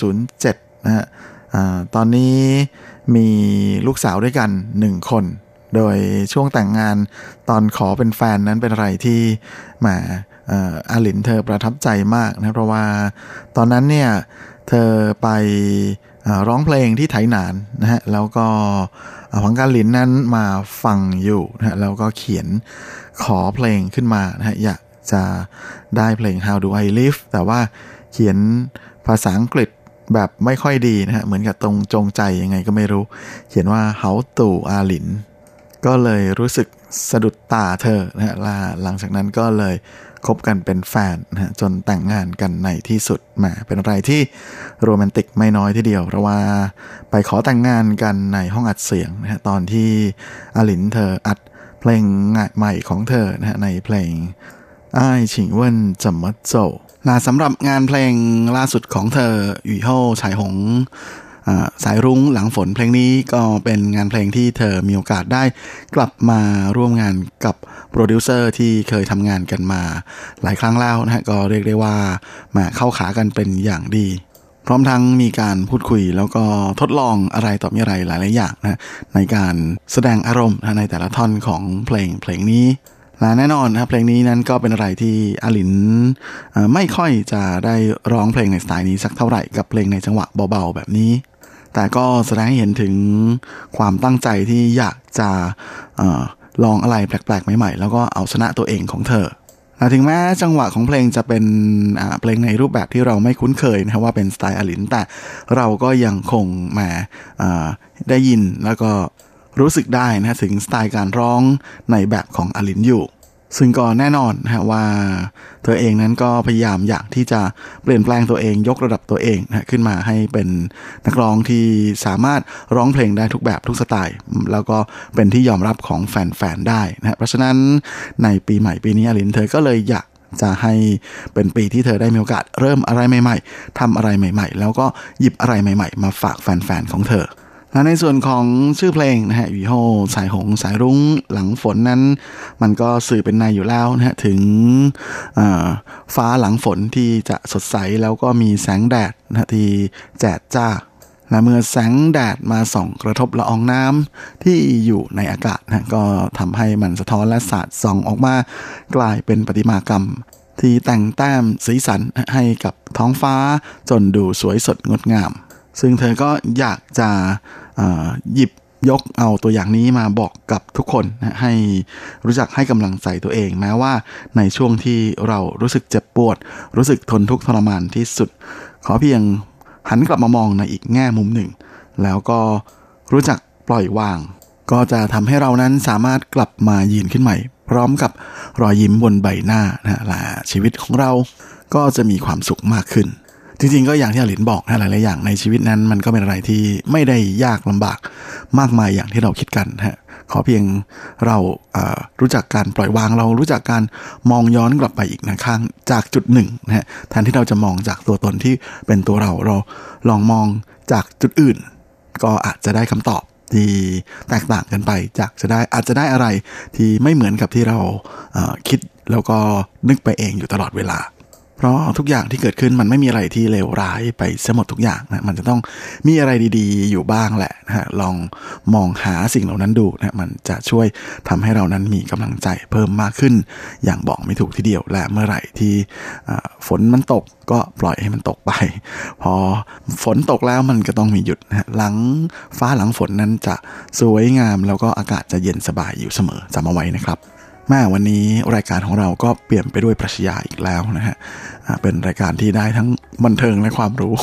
2007นะฮะตอนนี้มีลูกสาวด้วยกัน1คนโดยช่วงแต่งงานตอนขอเป็นแฟนนั้นเป็นอะไรที่อาหลินเธอประทับใจมากนะเพราะว่าตอนนั้นเนี่ยเธอไปร้องเพลงที่ไถหนานนะฮะแล้วก็หวังกันหลินนั้นมาฟังอยู่นะฮะแล้วก็เขียนขอเพลงขึ้นมานะฮะอยากจะได้เพลง How Do I Live แต่ว่าเขียนภาษาอังกฤษแบบไม่ค่อยดีนะฮะเหมือนกับตรงจงใจยังไงก็ไม่รู้เขียนว่า How To อาหลินก็เลยรู้สึกสะดุดตาเธอนะฮะหลังจากนั้นก็เลยคบกันเป็นแฟนนะฮะจนแต่งงานกันในที่สุดเป็นอะไรที่โรแมนติกไม่น้อยทีเดียวเพราะว่าไปขอแต่งงานกันในห้องอัดเสียงนะฮะตอนที่อาหลินเธออัดเพลงใหม่ของเธอนะฮะในเพลงอ้ายฉิงเวินจำมัดโจสำหรับงานเพลงล่าสุดของเธอหยู่โฮ่ฉายหงสายรุ้งหลังฝนเพลงนี้ก็เป็นงานเพลงที่เธอมีโอกาสได้กลับมาร่วมงานกับโปรดิวเซอร์ที่เคยทำงานกันมาหลายครั้งแล้วนะฮะก็เรียกได้ว่ามาเข้าขากันเป็นอย่างดีพร้อมทั้งมีการพูดคุยแล้วก็ทดลองอะไรต่อมีอะไรหลายๆอย่างนะในการแสดงอารมณ์ในแต่ละท่อนของเพลงนี้และแน่นอนนะครับเพลงนี้นั้นก็เป็นอะไรที่อาหลินไม่ค่อยจะได้ร้องเพลงในสไตล์นี้สักเท่าไหร่กับเพลงในจังหวะเบาๆแบบนี้แต่ก็แสดงให้เห็นถึงความตั้งใจที่อยากจะลองอะไรแปลกๆใหม่ๆแล้วก็เอาชนะตัวเองของเธอถึงแม้จังหวะของเพลงจะเป็นเพลงในรูปแบบที่เราไม่คุ้นเคยนะครับว่าเป็นสไตล์อาหลินแต่เราก็ยังคงได้ยินแล้วก็รู้สึกได้นะถึงสไตล์การร้องในแบบของอาหลินอยู่ซึ่งก็แน่นอนนะว่าเธอเองนั้นก็พยายามอยากที่จะเปลี่ยนแปลงตัวเองยกระดับตัวเองนะขึ้นมาให้เป็นนักร้องที่สามารถร้องเพลงได้ทุกแบบทุกสไตล์แล้วก็เป็นที่ยอมรับของแฟนๆได้นะเพราะฉะนั้นในปีใหม่ปีนี้อาหลินเธอก็เลยอยากจะให้เป็นปีที่เธอได้มีโอกาสเริ่มอะไรใหม่ๆทำอะไรใหม่ๆแล้วก็หยิบอะไรใหม่ๆมาฝากแฟนๆของเธอและในส่วนของชื่อเพลงนะฮะหยู่โฮ่สายหงสายรุ้งหลังฝนนั้นมันก็สื่อเป็นในอยู่แล้วนะฮะถึงฟ้าหลังฝนที่จะสดใสแล้วก็มีแสงแดดนะที่แจ่จ้าและเมื่อแสงแดดมาส่องกระทบละอองน้ำที่อยู่ในอากาศนะก็ทำให้มันสะท้อนและสาดส่องออกมากลายเป็นประติมากรรมที่แต่งแต้มสีสันให้กับท้องฟ้าจนดูสวยสดงดงามซึ่งเธอก็อยากจะหยิบยกเอาตัวอย่างนี้มาบอกกับทุกคนนะให้รู้จักให้กำลังใจตัวเองแม้ว่าในช่วงที่เรารู้สึกเจ็บปวดรู้สึกทนทุกข์ทรมานที่สุดขอเพียงหันกลับมามองในอีกแง่มุมหนึ่งแล้วก็รู้จักปล่อยวางก็จะทำให้เรานั้นสามารถกลับมายืนขึ้นใหม่พร้อมกับรอยยิ้มบนใบหน้านะและชีวิตของเราก็จะมีความสุขมากขึ้นจริงๆก็อย่างที่อลินบอกนะหลายๆอย่างในชีวิตนั้นมันก็เป็นอะไรที่ไม่ได้ยากลำบากมากมายอย่างที่เราคิดกันฮะขอเพียงเรารู้จักการปล่อยวางเรารู้จักการมองย้อนกลับไปอีกนะข้างจากจุดหนึ่งนะฮะแทนที่เราจะมองจากตัวตนที่เป็นตัวเราลองมองจากจุดอื่นก็อาจจะได้คำตอบที่แตกต่างกันไปอาจจะได้อะไรที่ไม่เหมือนกับที่เราคิดแล้วก็นึกไปเองอยู่ตลอดเวลาเพราะทุกอย่างที่เกิดขึ้นมันไม่มีอะไรที่เลวร้ายไปซะหมดทุกอย่างนะมันจะต้องมีอะไรดีๆอยู่บ้างแหละนะฮะลองมองหาสิ่งเหล่านั้นดูนะมันจะช่วยทำให้เรานั้นมีกำลังใจเพิ่มมากขึ้นอย่างบอกไม่ถูกทีเดียวและเมื่อไหร่ที่ฝนมันตกก็ปล่อยให้มันตกไปพอฝนตกแล้วมันก็ต้องมีหยุดนะหลังฟ้าหลังฝนนั้นจะสวยงามแล้วก็อากาศจะเย็นสบายอยู่เสมอจำเอาไว้นะครับแม่วันนี้รายการของเราก็เปลี่ยนไปด้วยปรัชญาอีกแล้วนะฮะเป็นรายการที่ได้ทั้งบันเทิงและความรู้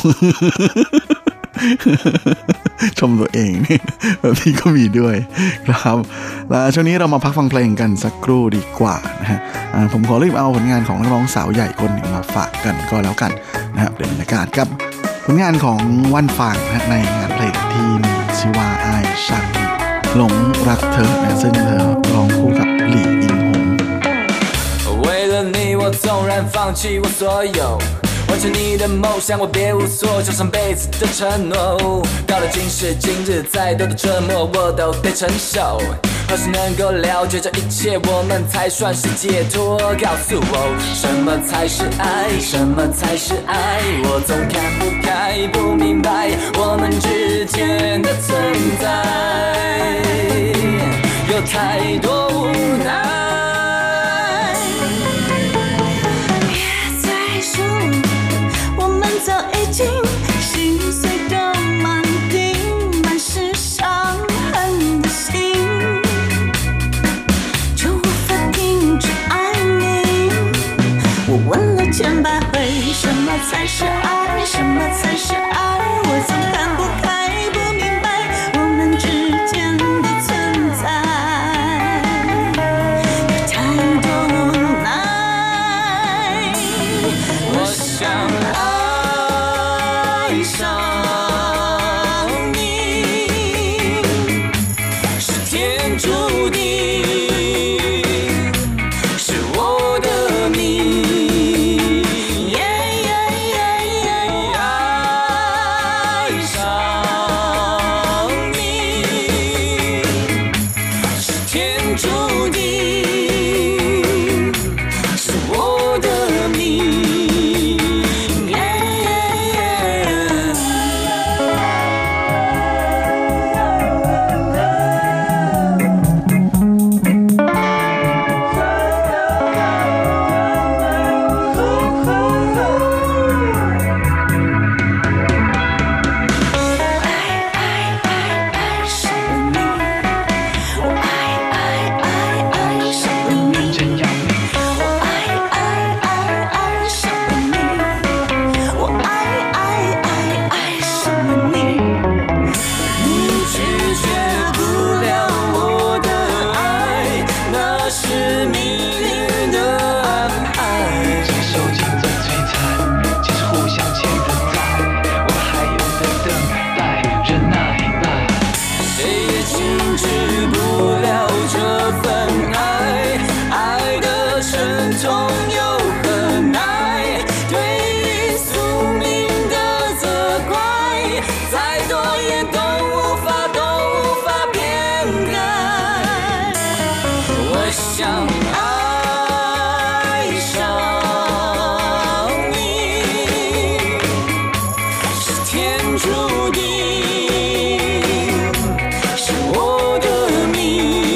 ชมตัวเองนี่แบบนี้ก็มีด้วยครับแล้วช่วงนี้เรามาพักฟังเพลงกันสักครู่ดีกว่านะฮะผมขอรีบเอาผลงานของนักร้องสาวใหญ่คนหนึ่งมาฝากกันก็แล้วกันนะฮะเป็นบรรยากาศกับผลงานของวันฟางนะในงานเพลงที่มีชื่อว่าไอชันหลงรักเธอนะซึ่งเธอร้องคู่กับหลี่อิงหง为了你我纵然放弃我所有完成你的梦想我别无所求上辈子的承诺到了今时今日再多的折磨我都得承受何时能够了解这一切我们才算是解脱告诉我什么才是爱什么才是爱我总看不开不明白我们之间的存在有太多无奈早已经心碎的满地满是伤痕的心就无法停止爱你我问了千百回什么才是爱什么才是爱我总看不开不明白我们之间的存在有太多无奈我想爱上你是天注定是我的命爱上你是天注定是我的命注定是我的命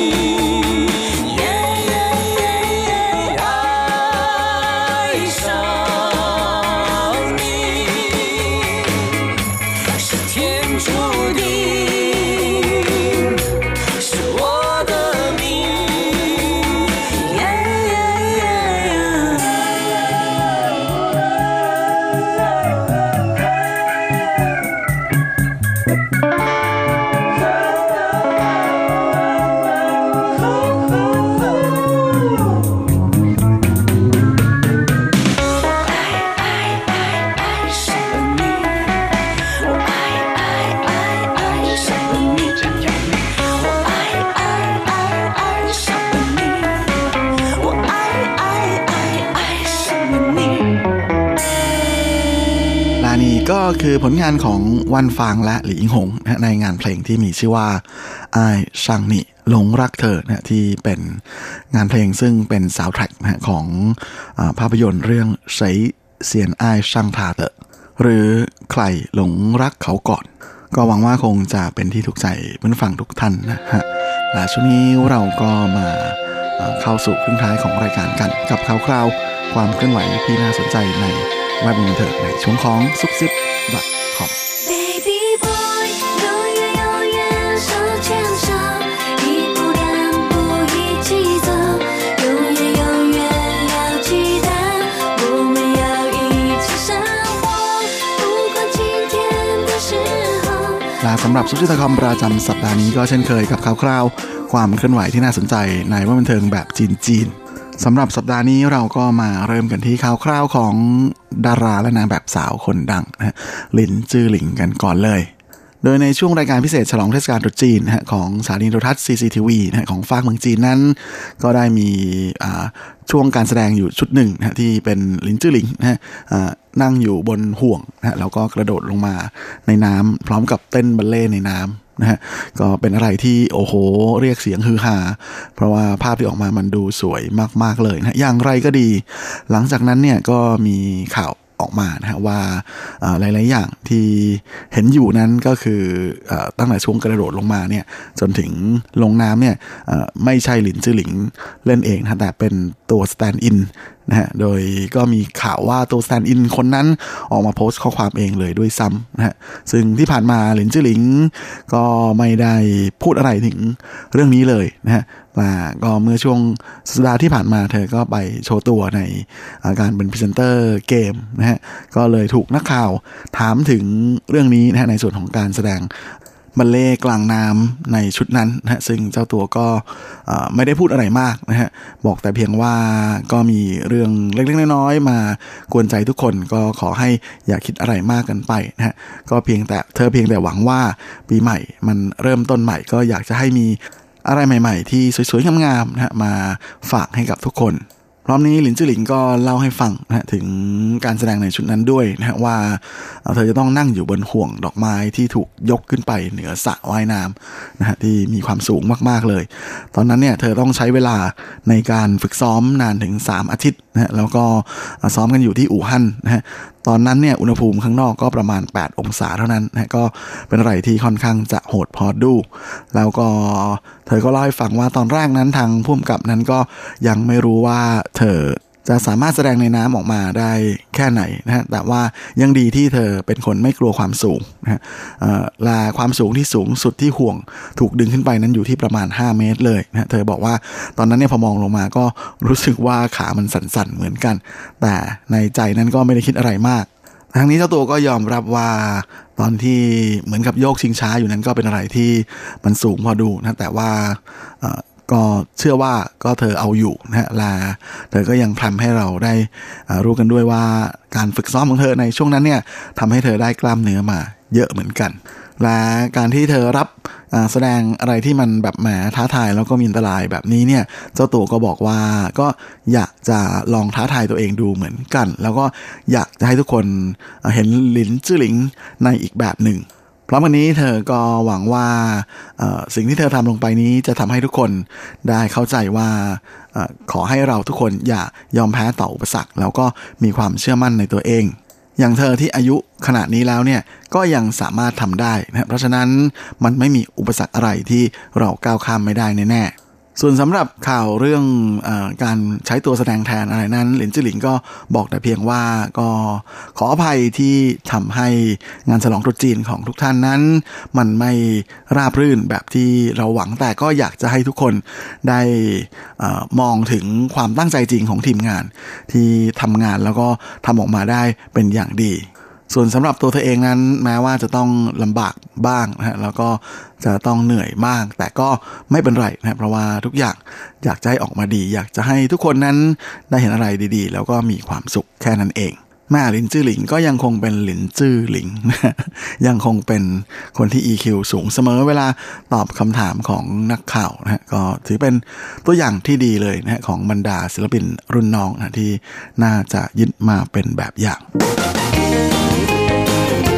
ก็คือผลงานของวันฟางและหลี่อิงหงในงานเพลงที่มีชื่อว่าอ้ายช่างนี่หลงรักเธอนะที่เป็นงานเพลงซึ่งเป็นซาวด์แทร็กนะของภาพยนตร์เรื่องไฉเซียนอ้ายช่างทาเตอหรือใครหลงรักเขาก่อนก็หวังว่าคงจะเป็นที่ถูกใจเพื่อนฟังทุกท่านนะฮะและช่วงนี้เราก็มาเข้าสู่ครึ่งท้ายของรายการกันกับข่าวคราวความเคลื่อนไหวที่น่าสนใจในแวดวงบันเทิงในช่วงของซุปซิป.com Baby boy 永远永远手牵手一步两步一起走永远永远要记得我们要一起生活不管今天的时候และสำหรับซุปซิป.com ประจำสัปดาห์นี้ก็เช่นเคยกับข่าวคราวความเคลื่อนไหวที่น่าสนใจในแวดวงบันเทิงแบบจีนสำหรับสัปดาห์นี้เราก็มาเริ่มกันที่ข่าวคราวของดาราและนางแบบสาวคนดังนะหลินจื้อหลิงกันก่อนเลยโดยในช่วงรายการพิเศษฉลองเทศกาลตรุษจีนนะของสถานีโทรทัศน์ CCTV นะของฝากเมืองจีนนั้นก็ได้มีช่วงการแสดงอยู่ชุดหนึ่งนะที่เป็นหลินจื้อหลิงนะนั่งอยู่บนห่วงนะแล้วก็กระโดดลงมาในน้ำพร้อมกับเต้นบัลเล่ต์ในน้ำนะฮะก็เป็นอะไรที่โอ้โหเรียกเสียงฮือฮาเพราะว่าภาพที่ออกมามันดูสวยมากๆเลยนะอย่างไรก็ดีหลังจากนั้นเนี่ยก็มีข่าวออกมานะฮะว่าหลายๆอย่างที่เห็นอยู่นั้นก็คือตั้งแต่ช่วงกระโดดลงมาเนี่ยจนถึงลงน้ำเนี่ยไม่ใช่หลินจื้อหลิงเล่นเองนะแต่เป็นตัวสแตนด์อินนะฮะโดยก็มีข่าวว่าตัวสแตนด์อินคนนั้นออกมาโพสต์ข้อความเองเลยด้วยซ้ำนะฮะซึ่งที่ผ่านมาหลินจื้อหลิงก็ไม่ได้พูดอะไรถึงเรื่องนี้เลยนะฮะก็เมื่อช่วงสัปดาห์ที่ผ่านมาเธอก็ไปโชว์ตัวในการเป็นพรีเซนเตอร์เกมนะฮะก็เลยถูกนักข่าวถามถึงเรื่องนี้นะฮะในส่วนของการแสดงบัลเล่ต์กลางน้ำในชุดนั้นนะฮะซึ่งเจ้าตัวก็ไม่ได้พูดอะไรมากนะฮะบอกแต่เพียงว่าก็มีเรื่องเล็กๆน้อยๆมากวนใจทุกคนก็ขอให้อย่าคิดอะไรมากกันไปนะฮะก็เพียงแต่หวังว่าปีใหม่มันเริ่มต้นใหม่ก็อยากจะให้มีอะไรใหม่ๆที่สวยๆงามๆนะฮะมาฝากให้กับทุกคนพร้อมนี้หลินจื้อหลิงก็เล่าให้ฟังนะฮะถึงการแสดงในชุดนั้นด้วยนะฮะว่าเธอจะต้องนั่งอยู่บนห่วงดอกไม้ที่ถูกยกขึ้นไปเหนือสระว่ายน้ำนะฮะที่มีความสูงมากๆเลยตอนนั้นเนี่ยเธอต้องใช้เวลาในการฝึกซ้อมนานถึง3อาทิตย์นะฮะแล้วก็ซ้อมกันอยู่ที่อู่ฮั่นนะฮะตอนนั้นเนี่ยอุณหภูมิข้างนอกก็ประมาณ8องศาเท่านั้นนะก็เป็นอะไรที่ค่อนข้างจะโหดพอดูแล้วก็เธอก็เล่าให้ฟังว่าตอนแรกนั้นทางผู้กำกับนั้นก็ยังไม่รู้ว่าเธอจะสามารถแสดงในน้ำออกมาได้แค่ไหนนะฮะแต่ว่ายังดีที่เธอเป็นคนไม่กลัวความสูงนะฮะและความสูงที่สูงสุดที่ห่วงถูกดึงขึ้นไปนั้นอยู่ที่ประมาณ5เมตรเลยนะเธอบอกว่าตอนนั้นเนี่ยพอมองลงมาก็รู้สึกว่าขามันสั่นๆเหมือนกันแต่ในใจนั้นก็ไม่ได้คิดอะไรมากทั้งนี้เจ้าตัวก็ยอมรับว่าตอนที่เหมือนกับโยกชิงช้าอยู่นั้นก็เป็นอะไรที่มันสูงพอดูนะแต่ว่าก็เชื่อว่าก็เธอเอาอยู่นะฮะและเธอก็ยังพรำให้เราได้รู้กันด้วยว่าการฝึกซ้อมของเธอในช่วงนั้นเนี่ยทำให้เธอได้กล้ามเนื้อมาเยอะเหมือนกันและการที่เธอรับแสดงอะไรที่มันแบบแหมท้าทายแล้วก็มีอันตรายแบบนี้เนี่ยเจ้าตัวก็บอกว่าก็อยากจะลองท้าทายตัวเองดูเหมือนกันแล้วก็อยากจะให้ทุกคนเห็นหลินจื้อหลิงในอีกแบบหนึ่งเพราะวันนี้เธอก็หวังว่าสิ่งที่เธอทำลงไปนี้จะทำให้ทุกคนได้เข้าใจว่าขอให้เราทุกคนอย่ายอมแพ้ต่ออุปสรรคแล้วก็มีความเชื่อมั่นในตัวเองอย่างเธอที่อายุขนาดนี้แล้วเนี่ยก็ยังสามารถทำได้นะเพราะฉะนั้นมันไม่มีอุปสรรคอะไรที่เราก้าวข้ามไม่ได้แน่ๆส่วนสำหรับข่าวเรื่องการใช้ตัวแสดงแทนอะไรนั้นหลินจื้อหลิงก็บอกแต่เพียงว่าก็ขออภัยที่ทำให้งานฉลองตรุษจีนของทุกท่านนั้นมันไม่ราบรื่นแบบที่เราหวังแต่ก็อยากจะให้ทุกคนได้มองถึงความตั้งใจจริงของทีมงานที่ทำงานแล้วก็ทำออกมาได้เป็นอย่างดีส่วนสำหรับตัวเธอเองนั้นแม้ว่าจะต้องลำบากบ้างนะฮะแล้วก็จะต้องเหนื่อยบ้างแต่ก็ไม่เป็นไรนะเพราะว่าทุกอย่างอยากจะให้ออกมาดีอยากจะให้ทุกคนนั้นได้เห็นอะไรดีๆแล้วก็มีความสุขแค่นั้นเองแม่หลินจื้อหลิงก็ยังคงเป็นหลินจื้อหลิง ยังคงเป็นคนที่ EQ สูงเสมอเวลาตอบคำถามของนักข่าวนะฮะก็ถือเป็นตัวอย่างที่ดีเลยนะฮะของบรรดาศิลปินรุ่นน้องนะที่น่าจะยึดมาเป็นแบบอย่าง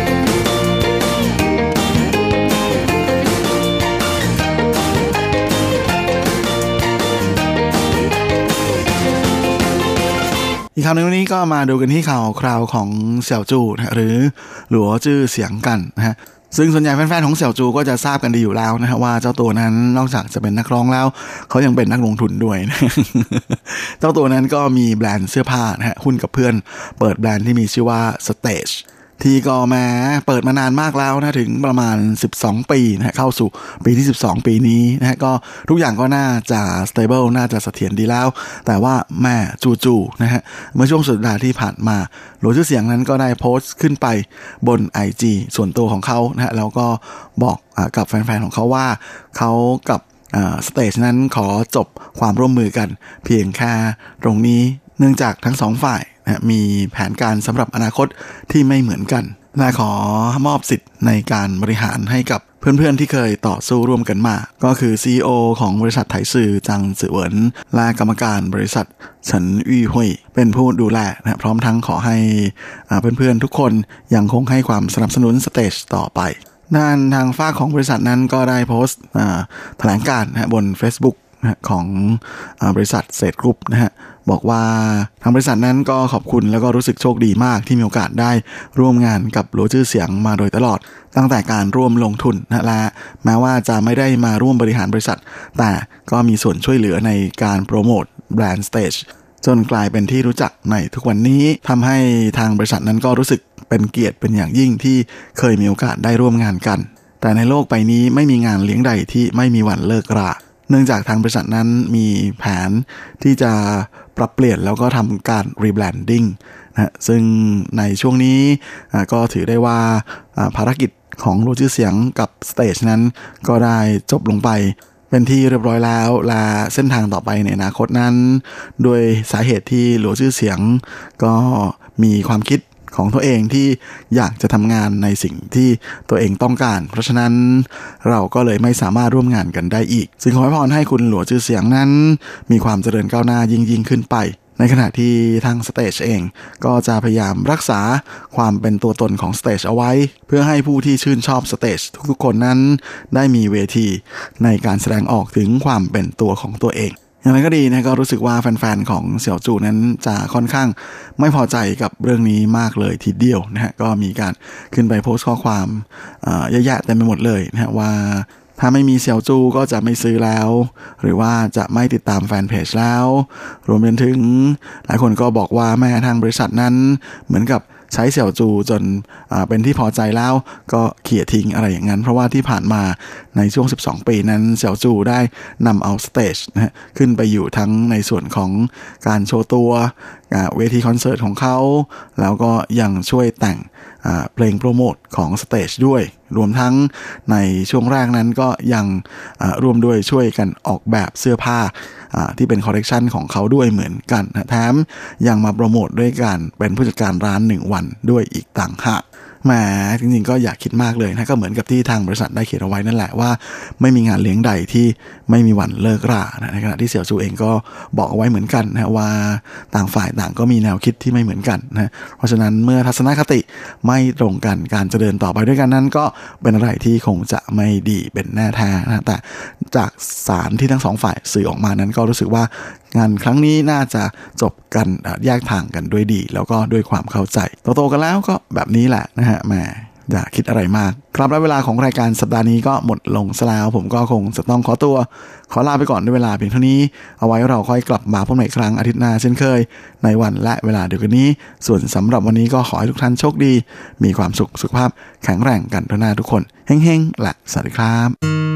ข่าวในวันนี้ก็มาดูกันที่ข่าวคราวของเสี่ยวจูนะหรือหลัวจื้อเสียงกันนะฮะซึ่งส่วนใหญ่แฟนๆของเสี่ยวจูก็จะทราบกันดีอยู่แล้วนะฮะว่าเจ้าตัวนั้นนอกจากจะเป็นนักร้องแล้วเขายังเป็นนักลงทุนด้วยนะ เจ้าตัวนั้นก็มีแบรนด์เสื้อผ้านะฮะหุ้นกับเพื่อนเปิดแบรนด์ที่มีชื่อว่า Stage ที่ก็มาเปิดมานานมากแล้วนะถึงประมาณ12ปีนะฮะเข้าสู่ปีที่12ปีนี้นะฮะก็ทุกอย่างก็น่าจะ stable น่าจะเสถียรดีแล้วแต่ว่าแม่จู่ๆนะฮะเมื่อช่วงสุดสัปดาห์ที่ผ่านมาหลัวจื้อเสียงนั้นก็ได้โพสต์ขึ้นไปบน IG ส่วนตัวของเขานะฮะแล้วก็บอกกับแฟนๆของเขาว่าเขากับStage นั้นขอจบความร่วมมือกันเพียงแค่ตรงนี้เนื่องจากทั้งสองฝ่ายนะมีแผนการสำหรับอนาคตที่ไม่เหมือนกันและขอมอบสิทธิ์ในการบริหารให้กับเพื่อนๆที่เคยต่อสู้ร่วมกันมาก็คือ CEO ของบริษัทไถซื่อจังจื่อเหวินและกรรมการบริษัทเฉินอี้หุยเป็นผู้ดูแลนะพร้อมทั้งขอให้เพื่อนๆทุกคนยังคงให้ความสนับสนุน Stage ต่อไปด้านทางฝ่ายของบริษัทนั้นก็ได้โพสต์แถลงการณ์นะบน Facebook นะของบริษัทเศษกรุ๊ปนะฮะบอกว่าทางบริษัทนั้นก็ขอบคุณแล้วก็รู้สึกโชคดีมากที่มีโอกาสได้ร่วมงานกับหลัวจื้อเสียงมาโดยตลอดตั้งแต่การร่วมลงทุนนะและแม้ว่าจะไม่ได้มาร่วมบริหารบริษัทแต่ก็มีส่วนช่วยเหลือในการโปรโมทแบรนด์ Stage จนกลายเป็นที่รู้จักในทุกวันนี้ทำให้ทางบริษัทนั้นก็รู้สึกเป็นเกียรติเป็นอย่างยิ่งที่เคยมีโอกาสได้ร่วมงานกันแต่ในโลกใบนี้ไม่มีงานเลี้ยงใดที่ไม่มีวันเลิกราเนื่องจากทางบริษัทนั้นมีแผนที่จะปรับเปลี่ยนแล้วก็ทำการรีแบรนดิ้งนะซึ่งในช่วงนี้ก็ถือได้ว่าภารกิจของหลัวจื้อเสียงกับ Stage นั้นก็ได้จบลงไปเป็นที่เรียบร้อยแล้วและเส้นทางต่อไปในอนาคตนั้นโดยสาเหตุที่หลัวจื้อเสียงก็มีความคิดของตัวเองที่อยากจะทำงานในสิ่งที่ตัวเองต้องการเพราะฉะนั้นเราก็เลยไม่สามารถร่วมงานกันได้อีกซึ่งขอให้พรให้คุณหลัวจื้อเสียงนั้นมีความเจริญก้าวหน้ายิ่งขึ้นไปในขณะที่ทาง Stage เองก็จะพยายามรักษาความเป็นตัวตนของ Stage เอาไว้เพื่อให้ผู้ที่ชื่นชอบ Stage ทุกๆคนนั้นได้มีเวทีในการแสดงออกถึงความเป็นตัวของตัวเองอย่างไรก็ดีนะก็รู้สึกว่าแฟนๆของเสี่ยวจูนั้นจะค่อนข้างไม่พอใจกับเรื่องนี้มากเลยทีเดียวนะฮะก็มีการขึ้นไปโพสต์ข้อความเยอะแยะเต็มไปหมดเลยนะฮะว่าถ้าไม่มีเสี่ยวจูก็จะไม่ซื้อแล้วหรือว่าจะไม่ติดตามแฟนเพจแล้วรวมไปถึงหลายคนก็บอกว่าแม้ทางบริษัทนั้นเหมือนกับใช้เสี่ยวจูจนเป็นที่พอใจแล้วก็เขี่ยทิ้งอะไรอย่างนั้นเพราะว่าที่ผ่านมาในช่วง12ปีนั้นเสี่ยวจูได้นำเอา Stage นะฮะขึ้นไปอยู่ทั้งในส่วนของการโชว์ตัวเวทีคอนเสิร์ตของเขาแล้วก็ยังช่วยแต่งเพลงโปรโมทของ Stage ด้วยรวมทั้งในช่วงแรกนั้นก็ยังร่วมด้วยช่วยกันออกแบบเสื้อผ้าที่เป็นคอลเลกชันของเขาด้วยเหมือนกันนะแถมยังมาโปรโมทด้วยการเป็นผู้จัดการร้าน1วันด้วยอีกต่างหากแหมจริงๆก็อยากคิดมากเลยนะก็เหมือนกับที่ทางบริษัทได้เขียนเอาไว้นั่นแหละว่าไม่มีงานเลี้ยงใดที่ไม่มีวันเลิกรานะในขณะที่เสี่ยวจูเองก็บอกเอาไว้เหมือนกันนะว่าต่างฝ่ายต่างก็มีแนวคิดที่ไม่เหมือนกันนะเพราะฉะนั้นเมื่อทัศนคติไม่ตรงกันการจะเดินต่อไปด้วยกันนั้นก็เป็นอะไรที่คงจะไม่ดีเป็นแน่แท้นะแต่จากสารที่ทั้งสองฝ่ายสื่อออกมานั้นก็รู้สึกว่างานครั้งนี้น่าจะจบกันแยกทางกันด้วยดีแล้วก็ด้วยความเข้าใจโตๆกันแล้วก็แบบนี้แหละนะฮะแหมอย่าคิดอะไรมากครับและเวลาของรายการสัปดาห์นี้ก็หมดลงซะแล้วผมก็คงจะต้องขอลาไปก่อนด้วยเวลาเพียงเท่านี้เอาไว้เราค่อยกลับมาพบกันอีกครั้งอาทิตย์หน้าเช่นเคยในวันและเวลาเดียวกันนี้ส่วนสำหรับวันนี้ก็ขอให้ทุกท่านโชคดีมีความสุขสุขภาพแข็งแรงกันทุกหน้าทุกคนเฮ้งๆและสวัสดีครับ